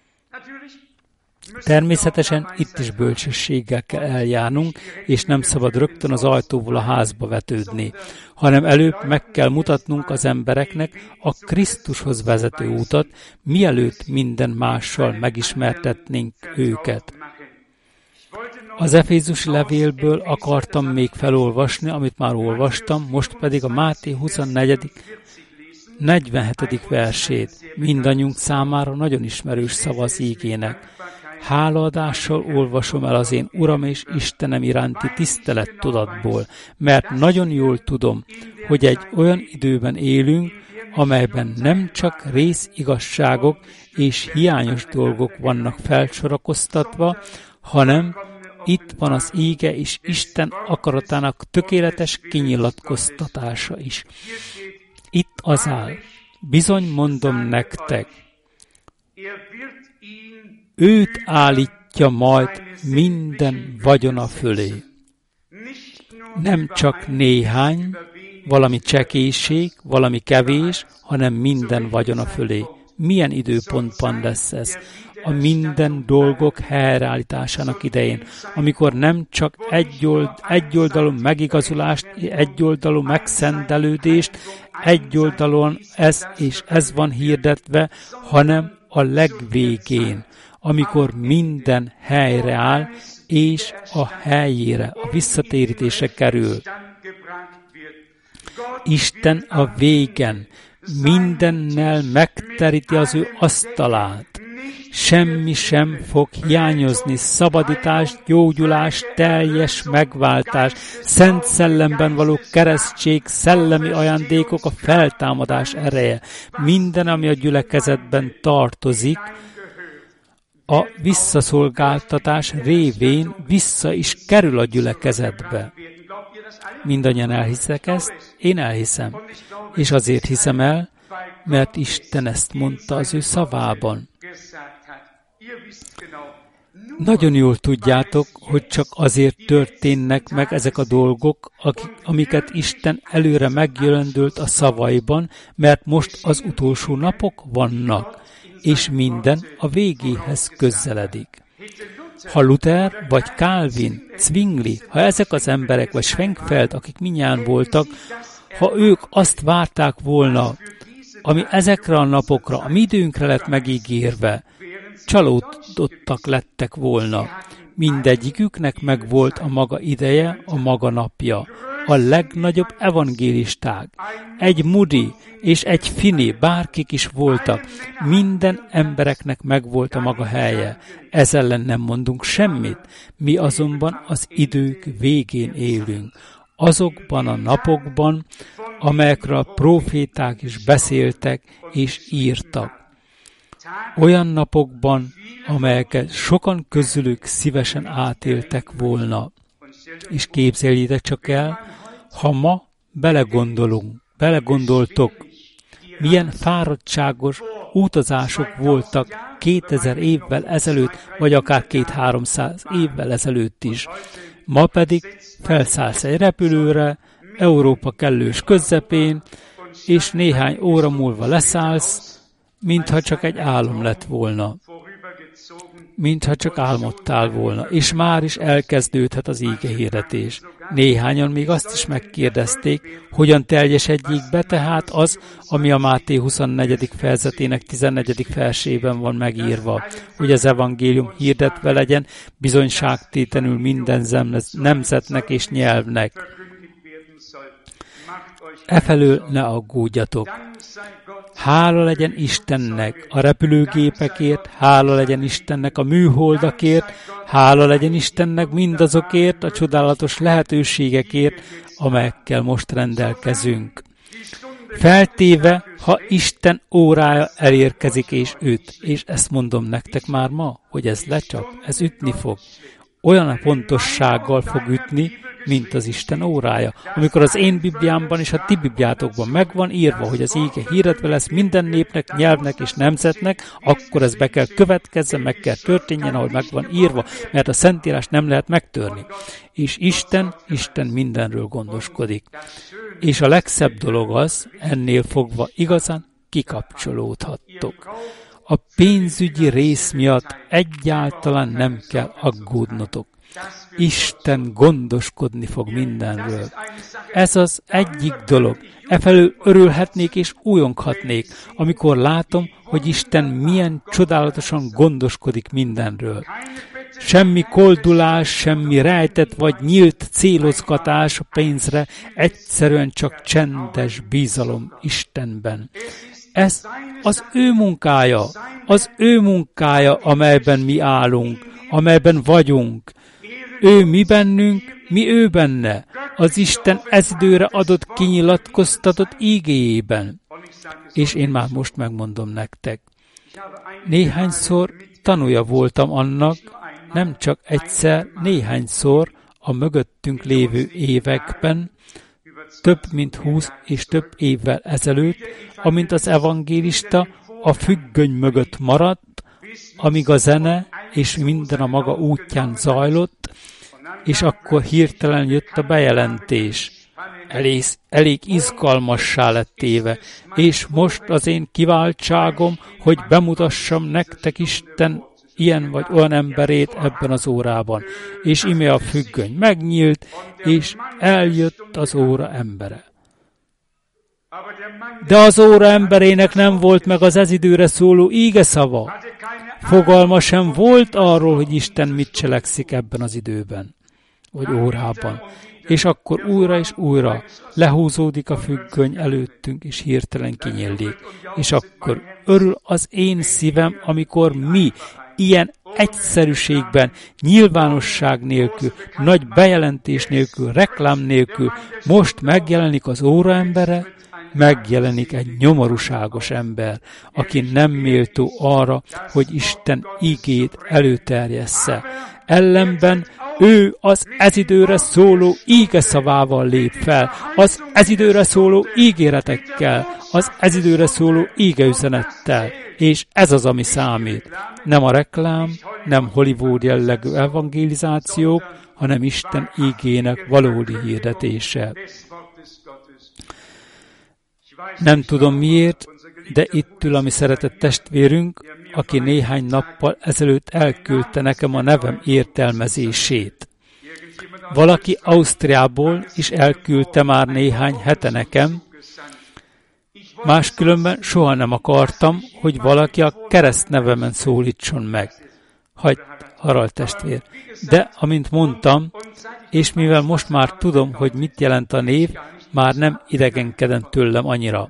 Speaker 1: Természetesen itt is bölcsességgel kell eljárnunk, és nem szabad rögtön az ajtóból a házba vetődni, hanem előbb meg kell mutatnunk az embereknek a Krisztushoz vezető utat, mielőtt minden mással megismertetnénk őket. Az Efézusi levélből akartam még felolvasni, amit már olvastam, most pedig a Máté huszonnegyedik negyvenhetedik versét. Mindannyiunk számára nagyon ismerős szava az ígének. Hálaadással olvasom el az én Uram és Istenem iránti tisztelettudatból, mert nagyon jól tudom, hogy egy olyan időben élünk, amelyben nem csak részigazságok és hiányos dolgok vannak felsorakoztatva, hanem itt van az íge és Isten akaratának tökéletes kinyilatkoztatása is. Itt az áll. Bizony mondom nektek, őt állítja majd minden vagyona fölé. Nem csak néhány, valami csekélység, valami kevés, hanem minden vagyona fölé. Milyen időpontban lesz ez? A minden dolgok helyreállításának idején, amikor nem csak egyold, egyoldalú megigazulást, egyoldalú megszentelődést, egyoldalúan ez és ez van hirdetve, hanem a legvégén, amikor minden helyreáll, és a helyére, a visszatérítésre kerül. Isten a végen mindennel megteríti az ő asztalát. Semmi sem fog hiányozni, szabadítás, gyógyulás, teljes megváltás, szent szellemben való keresztség, szellemi ajándékok, a feltámadás ereje. Minden, ami a gyülekezetben tartozik, a visszaszolgáltatás révén vissza is kerül a gyülekezetbe. Mindannyian elhiszek ezt, én elhiszem. És azért hiszem el, mert Isten ezt mondta az ő szavában. Nagyon jól tudjátok, hogy csak azért történnek meg ezek a dolgok, akik, amiket Isten előre megjelöndölt a szavaiban, mert most az utolsó napok vannak, és minden a végéhez közeledik. Ha Luther, vagy Calvin, Zwingli, ha ezek az emberek, vagy Schwenkfeld, akik mindjárt voltak, ha ők azt várták volna, ami ezekre a napokra, a mi időnkre lett megígérve, csalódottak lettek volna. Mindegyiküknek megvolt a maga ideje, a maga napja. A legnagyobb evangélisták, egy Moody és egy Finney, bárkik is voltak, minden embereknek megvolt a maga helye. Ez ellen nem mondunk semmit, mi azonban az idők végén élünk. Azokban a napokban, amelyekről a próféták is beszéltek és írtak. Olyan napokban, amelyeket sokan közülük szívesen átéltek volna. És képzeljétek csak el, ha ma belegondolunk, belegondoltok, milyen fáradtságos utazások voltak kétezer évvel ezelőtt, vagy akár két-háromszáz évvel ezelőtt is. Ma pedig felszállsz egy repülőre, Európa kellős közepén, és néhány óra múlva leszállsz, mintha csak egy álom lett volna. Mintha csak álmodtál volna, és már is elkezdődhet az ígehirdetés. Néhányan még azt is megkérdezték, hogyan teljesedjék be tehát az, ami a Máté huszonnegyedik fejezetének tizennegyedik versében van megírva, hogy az evangélium hirdetve legyen bizonyságtétenül minden nemzetnek és nyelvnek. Efelől ne aggódjatok. Hála legyen Istennek a repülőgépekért, hála legyen Istennek a műholdakért, hála legyen Istennek mindazokért a csodálatos lehetőségekért, amelyekkel most rendelkezünk. Feltéve, ha Isten órája elérkezik és üt, és ezt mondom nektek már ma, hogy ez lecsap, ez ütni fog. Olyan a pontossággal fog ütni, mint az Isten órája. Amikor az én Bibliámban és a ti Bibliátokban megvan írva, hogy az íge hirdetve lesz minden népnek, nyelvnek és nemzetnek, akkor ez be kell következzen, meg kell történjen, ahol megvan írva, mert a Szentírás nem lehet megtörni. És Isten, Isten mindenről gondoskodik. És a legszebb dolog az, ennél fogva igazán kikapcsolódhattok. A pénzügyi rész miatt egyáltalán nem kell aggódnotok. Isten gondoskodni fog mindenről. Ez az egyik dolog. Efelől örülhetnék és újonghatnék, amikor látom, hogy Isten milyen csodálatosan gondoskodik mindenről. Semmi koldulás, semmi rejtett vagy nyílt célozgatás a pénzre, egyszerűen csak csendes bízalom Istenben. Ez az ő munkája, az ő munkája, amelyben mi állunk, amelyben vagyunk. Ő mi bennünk, mi ő benne, az Isten ez időre adott kinyilatkoztatott ígéjében. És én már most megmondom nektek. Néhányszor tanúja voltam annak, nem csak egyszer, néhányszor a mögöttünk lévő években, több mint húsz és több évvel ezelőtt, amint az evangélista a függöny mögött maradt, amíg a zene és minden a maga útján zajlott, és akkor hirtelen jött a bejelentés. Elég, elég izgalmassá lett téve, és most az én kiváltságom, hogy bemutassam nektek Isten ilyen vagy olyan emberét ebben az órában. És ime a függöny megnyílt, és eljött az óra embere. De az óra emberének nem volt meg az ez időre szóló ígeszava. Fogalma sem volt arról, hogy Isten mit cselekszik ebben az időben, vagy órában. És akkor újra és újra lehúzódik a függöny előttünk, és hirtelen kinyílik. És akkor örül az én szívem, amikor mi ilyen egyszerűségben, nyilvánosság nélkül, nagy bejelentés nélkül, reklám nélkül most megjelenik az óraembere, megjelenik egy nyomorúságos ember, aki nem méltó arra, hogy Isten igét előterjessze. Ellenben ő az ez időre szóló íge szavával lép fel, az ez időre szóló ígéretekkel, az ez időre szóló ígeüzenettel, és ez az, ami számít. Nem a reklám, nem Hollywood jellegű evangelizációk, hanem Isten ígének valódi hirdetése. Nem tudom miért, de itt ül a mi szeretett testvérünk, aki néhány nappal ezelőtt elküldte nekem a nevem értelmezését. Valaki Ausztriából is elküldte már néhány hete nekem, máskülönben soha nem akartam, hogy valaki a keresztnevemen szólítson meg. Hagy, Harald testvér. De, amint mondtam, és mivel most már tudom, hogy mit jelent a név, már nem idegenkedem tőlem annyira.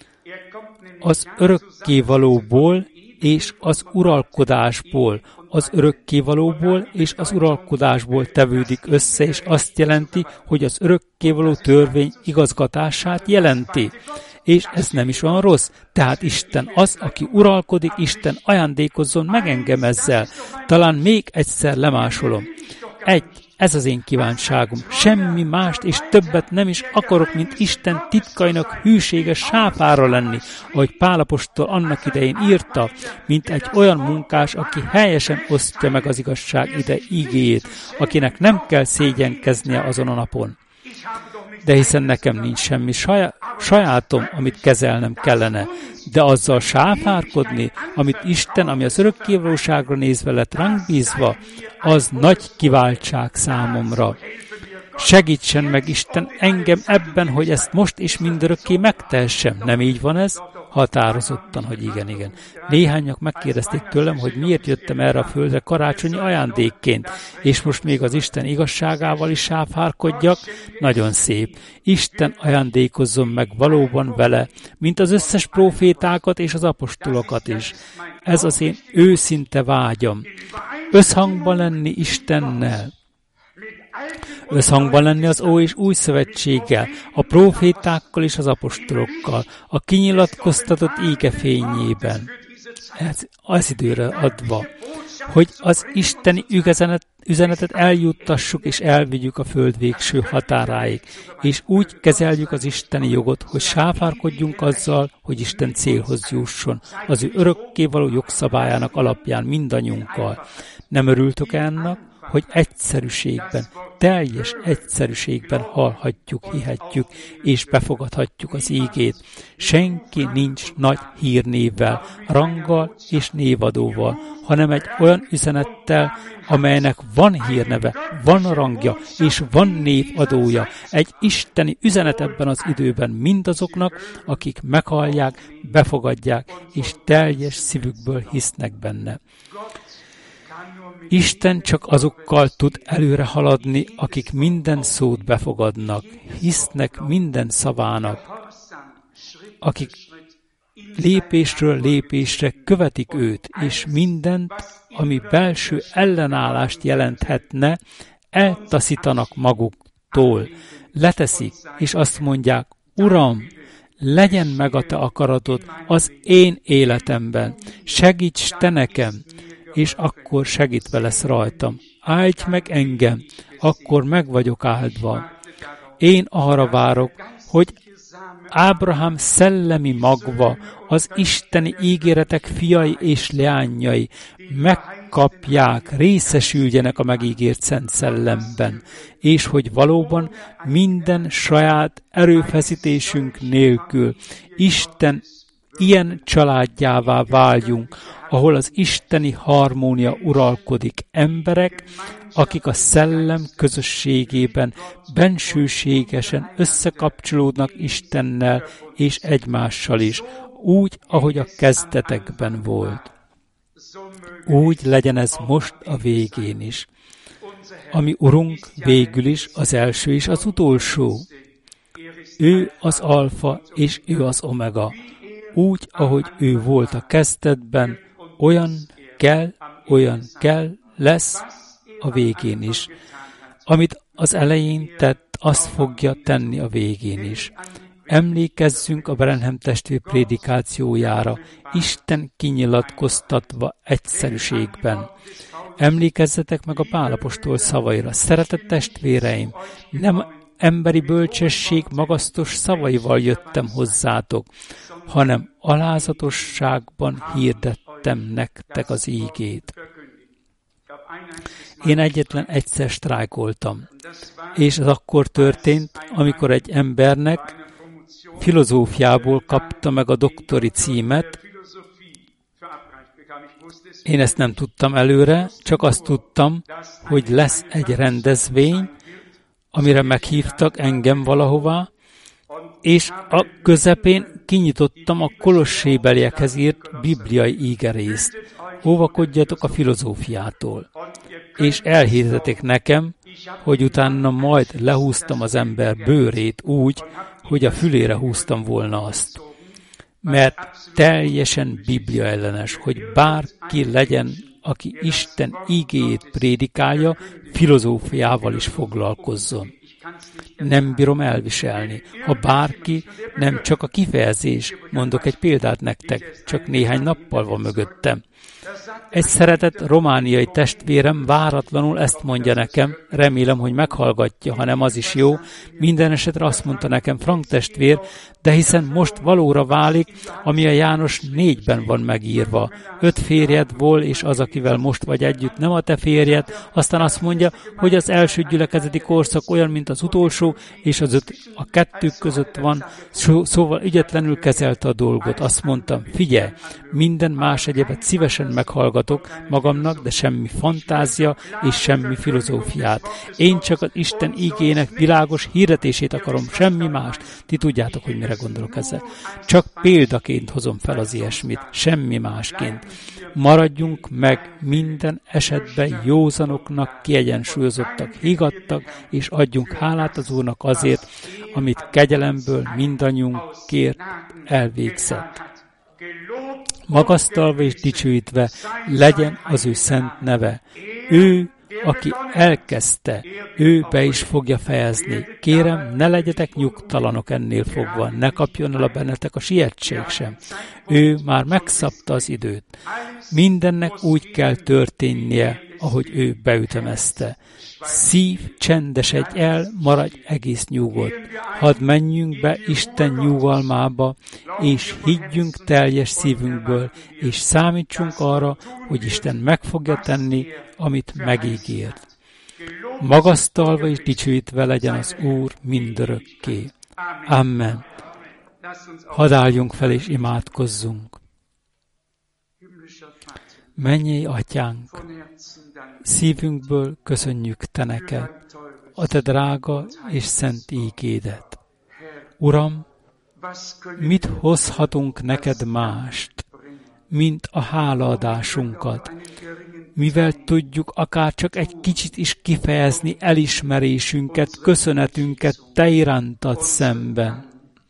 Speaker 1: Az örökkévalóból és az uralkodásból, az örökkévalóból és az uralkodásból tevődik össze, és azt jelenti, hogy az örökkévaló törvény igazgatását jelenti. És ez nem is olyan rossz. Tehát Isten az, aki uralkodik, Isten ajándékozzon meg engem ezzel. Talán még egyszer lemásolom. Egy, ez az én kívánságom. Semmi mást és többet nem is akarok, mint Isten titkainak hűséges sáfára lenni, ahogy Pál apostol annak idején írta, mint egy olyan munkás, aki helyesen osztja meg az igazság ide ígéjét, akinek nem kell szégyenkeznie azon a napon. De hiszen nekem nincs semmi saját, sajátom, amit kezelnem kellene, de azzal sáfárkodni, amit Isten, ami az örökkévalóságra nézve lett ránk bízva, az nagy kiváltság számomra. Segítsen meg Isten engem ebben, hogy ezt most és mindörökké megtehessem. Nem így van ez? Határozottan, hogy igen, igen. Néhányak megkérdezték tőlem, hogy miért jöttem erre a földre karácsonyi ajándékként, és most még az Isten igazságával is sáfárkodjak. Nagyon szép. Isten ajándékozzon meg valóban vele, mint az összes prófétákat és az apostolokat is. Ez az én őszinte vágyam. Összhangban lenni Istennel. Összhangban lenni az Ó és Új Szövetséggel, a prófétákkal és az apostolokkal, a kinyilatkoztatott íge fényében. Ez az időre adva, hogy az isteni üzenet, üzenetet eljuttassuk és elvigyük a föld végső határáig, és úgy kezeljük az isteni jogot, hogy sáfárkodjunk azzal, hogy Isten célhoz jusson, az ő örökkévaló jogszabályának alapján mindannyiunkkal. Nem örültök ennek, hogy egyszerűségben, teljes egyszerűségben hallhatjuk, hihetjük és befogadhatjuk az ígét. Senki nincs nagy hírnévvel, ranggal és névadóval, hanem egy olyan üzenettel, amelynek van hírneve, van rangja és van névadója. Egy isteni üzenet ebben az időben mindazoknak, akik meghallják, befogadják és teljes szívükből hisznek benne. Isten csak azokkal tud előre haladni, akik minden szót befogadnak, hisznek minden szavának, akik lépésről lépésre követik őt, és mindent, ami belső ellenállást jelenthetne, eltaszítanak maguktól, leteszik, és azt mondják, Uram, legyen meg a te akaratod az én életemben, segíts te nekem, és akkor segítve lesz rajtam. Áldj meg engem, akkor meg vagyok áldva. Én arra várok, hogy Ábrahám szellemi magva, az isteni ígéretek fiai és leányai megkapják, részesüljenek a megígért szent szellemben, és hogy valóban minden saját erőfeszítésünk nélkül Isten ilyen családjává váljunk, ahol az isteni harmónia uralkodik, emberek, akik a szellem közösségében bensőségesen összekapcsolódnak Istennel és egymással is, úgy, ahogy a kezdetekben volt. Úgy legyen ez most a végén is. Ami Urunk végül is az első és az utolsó. Ő az alfa és ő az omega. Úgy, ahogy ő volt a kezdetben, olyan kell, olyan kell, lesz a végén is. Amit az elején tett, azt fogja tenni a végén is. Emlékezzünk a Branham testvér prédikációjára, Isten kinyilatkoztatva egyszerűségben. Emlékezzetek meg a Pál apostol szavaira. Szeretett testvéreim, nem emberi bölcsesség magasztos szavaival jöttem hozzátok, hanem alázatosságban hirdettem nektek az ígét. Én egyetlen egyszer sztrájkoltam, és ez akkor történt, amikor egy embernek filozófiából kapta meg a doktori címet, Én ezt nem tudtam előre, csak azt tudtam, hogy lesz egy rendezvény, amire meghívtak engem valahová, és a közepén kinyitottam a kolossébeliekhez írt bibliai ígerészt. Óvakodjatok a filozófiától. És elhitetek nekem, hogy utána majd lehúztam az ember bőrét úgy, hogy a fülére húztam volna azt. Mert teljesen biblia ellenes, hogy bárki legyen, aki Isten igéjét prédikálja, filozófiával is foglalkozzon. Nem bírom elviselni. Ha bárki, nem csak a kifejezés, mondok egy példát nektek, csak néhány nappal van mögöttem. Egy szeretett romániai testvérem váratlanul ezt mondja nekem, remélem, hogy meghallgatja, ha nem az is jó. Minden esetre azt mondta nekem, Frank testvér, de hiszen most valóra válik, ami a János négyben van megírva. Öt férjed volt, és az, akivel most vagy együtt, nem a te férjed. Aztán azt mondja, hogy az első gyülekezeti korszak olyan, mint az utolsó, és az öt a kettők között van, szóval ügyetlenül kezelte a dolgot. Azt mondtam, figyelj, minden más egyébet szívesen meghallgatok magamnak, de semmi fantázia és semmi filozófiát. Én csak az Isten igének világos hirdetését akarom, semmi mást. Ti tudjátok, hogy mire gondolok ezzel. Csak példaként hozom fel az ilyesmit, semmi másként. Maradjunk meg minden esetben józanoknak, kiegyensúlyozottak, higgadtak, és adjunk hálát az Úrnak azért, amit kegyelemből mindannyiunkért elvégzett. Magasztalva és dicsőítve legyen az ő szent neve. Ő, aki elkezdte, ő be is fogja fejezni. Kérem, ne legyetek nyugtalanok ennél fogva, ne kapjon el a bennetek a sietség sem. Ő már megszabta az időt. Mindennek úgy kell történnie, ahogy ő beütemezte. Szív, csendesedj el, maradj egész nyugodt. Hadd menjünk be Isten nyugalmába, és higgyünk teljes szívünkből, és számítsunk arra, hogy Isten meg fogja tenni, amit megígért. Magasztalva és dicsőítve legyen az Úr mindörökké. Amen. Hadd álljunk fel és imádkozzunk. Mennyei Atyánk, szívünkből köszönjük Te neked, a Te drága és szent ígédet. Uram, mit hozhatunk neked mást, mint a hálaadásunkat, mivel tudjuk akár csak egy kicsit is kifejezni elismerésünket, köszönetünket Te irántad szemben.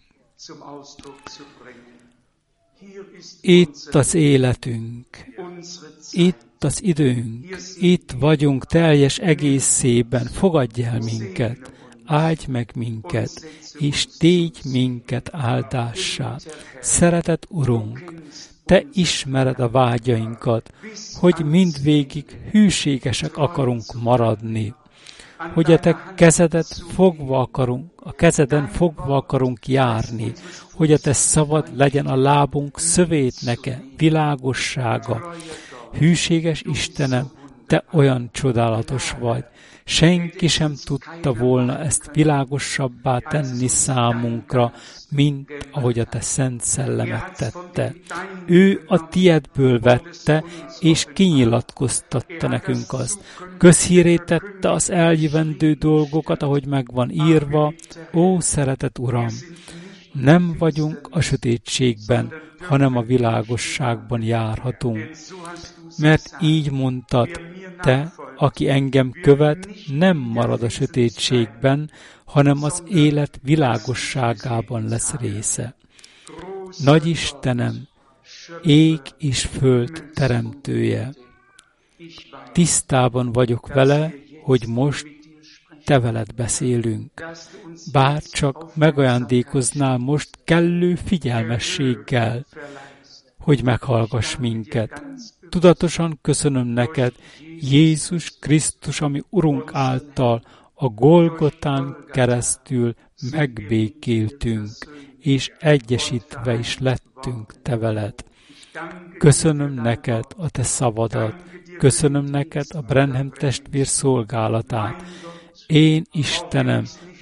Speaker 1: Itt az életünk, itt az időnk, itt vagyunk teljes egészében, fogadj el minket, áldj meg minket, és tégy minket áldássá. Szeretett Urunk, Te ismered a vágyainkat, hogy mindvégig hűségesek akarunk maradni, hogy a Te kezedet fogva akarunk, a kezeden fogva akarunk járni, hogy a Te szavad legyen a lábunk szövétneke, világossága. Hűséges Istenem, Te olyan csodálatos vagy. Senki sem tudta volna ezt világosabbá tenni számunkra, mint ahogy a Te szent szellemet tette. Ő a Tiedből vette, és kinyilatkoztatta nekünk azt. Közhírét tette az eljövendő dolgokat, ahogy megvan írva. Ó, szeretett Uram! Nem vagyunk a sötétségben, hanem a világosságban járhatunk. Mert így mondtad, Te, aki engem követ, nem marad a sötétségben, hanem az élet világosságában lesz része. Nagy Istenem, ég és föld teremtője, tisztában vagyok vele, hogy most Te veled beszélünk. Bár csak megajándékoznál most kellő figyelmességgel, hogy meghallgass minket. Tudatosan köszönöm neked, Jézus Krisztus, ami Urunk által a Golgotán keresztül megbékéltünk, és egyesítve is lettünk Te veled. Köszönöm neked a Te szavadat, köszönöm neked a Branham testvér szolgálatát. Én, Istenem,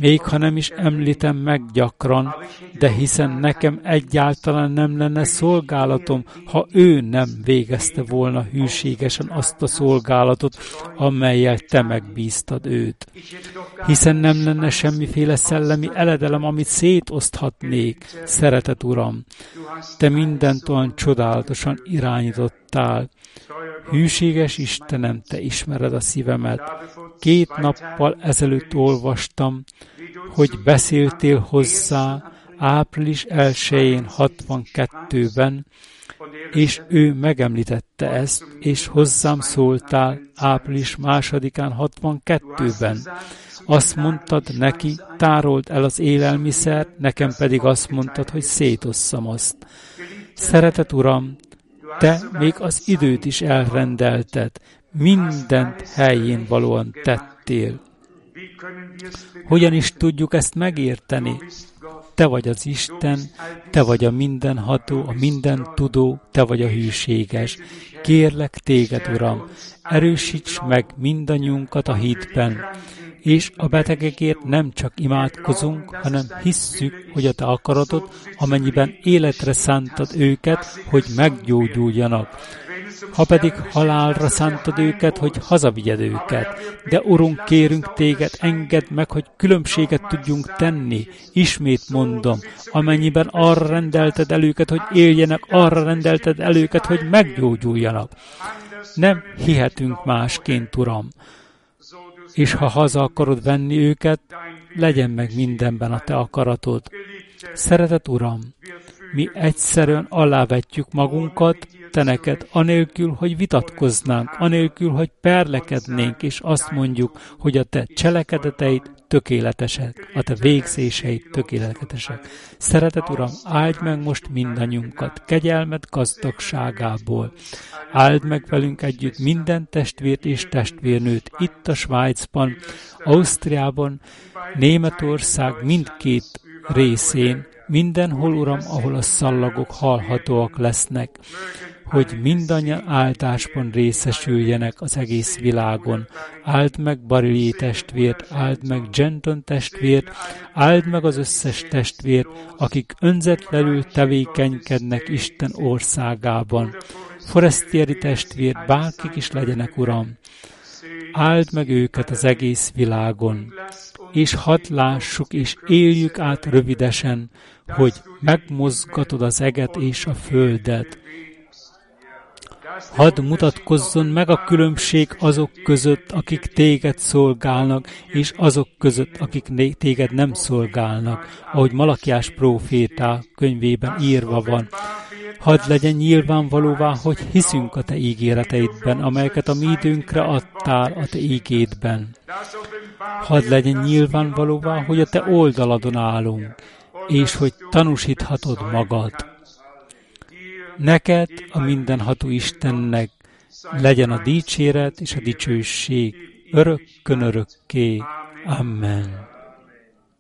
Speaker 1: még ha nem is említem meg gyakran, de hiszen nekem egyáltalán nem lenne szolgálatom, ha ő nem végezte volna hűségesen azt a szolgálatot, amellyel te megbíztad őt. Hiszen nem lenne semmiféle szellemi eledelem, amit szétoszthatnék, szeretet Uram. Te mindent olyan csodálatosan irányítottál. Hűséges Istenem, te ismered a szívemet. Két nappal ezelőtt olvastam, hogy beszéltél hozzá április elsején hatvankettőben, és ő megemlítette ezt, és hozzám szóltál április másodikán hatvankettőben. Azt mondtad neki, tárold el az élelmiszert, nekem pedig azt mondtad, hogy szétosszam azt. Szeretet Uram, te még az időt is elrendelted, mindent helyén valóan tettél. Hogyan is tudjuk ezt megérteni? Te vagy az Isten, te vagy a mindenható, a mindentudó, te vagy a hűséges. Kérlek téged, Uram, erősíts meg mindannyiunkat a hitben, és a betegekért nem csak imádkozunk, hanem hisszük, hogy a te akaratod, amennyiben életre szántad őket, hogy meggyógyuljanak. Ha pedig halálra szántad őket, hogy hazavigyed őket. De Urunk, kérünk téged, engedd meg, hogy különbséget tudjunk tenni. Ismét mondom, amennyiben arra rendelted el őket, hogy éljenek, arra rendelted el őket, hogy meggyógyuljanak. Nem hihetünk másként, Uram. És ha haza akarod venni őket, legyen meg mindenben a te akaratod. Szeretet Uram, mi egyszerűen alávetjük magunkat, te neked, anélkül, hogy vitatkoznánk, anélkül, hogy perlekednénk, és azt mondjuk, hogy a te cselekedeteid tökéletesek, a te végzéseid tökéletesek. Szeretet Uram, áld meg most mindannyiunkat, kegyelmed gazdagságából. Áld meg velünk együtt minden testvért és testvérnőt itt a Svájcban, Ausztriában, Németország mindkét részén, mindenhol, Uram, ahol a szallagok hallhatóak lesznek, hogy mindannyian áldásban részesüljenek az egész világon. Áld meg Barilié testvért, áld meg Genton testvért, áld meg az összes testvért, akik önzetlenül tevékenykednek Isten országában. Forestieri testvér, bárkik is legyenek, Uram. Áld meg őket az egész világon, és hadd lássuk és éljük át rövidesen, hogy megmozgatod az eget és a földet. Hadd mutatkozzon meg a különbség azok között, akik téged szolgálnak, és azok között, akik téged nem szolgálnak, ahogy Malakiás próféta könyvében írva van. Hadd legyen nyilvánvalóvá, hogy hiszünk a te ígéreteidben, amelyeket a mi időnkre adtál a te ígédben. Hadd legyen nyilvánvalóvá, hogy a te oldaladon állunk, és hogy tanúsíthatod magad. Neked, a mindenható Istennek legyen a dicséret és a dicsőség örökkön örökké. Amen.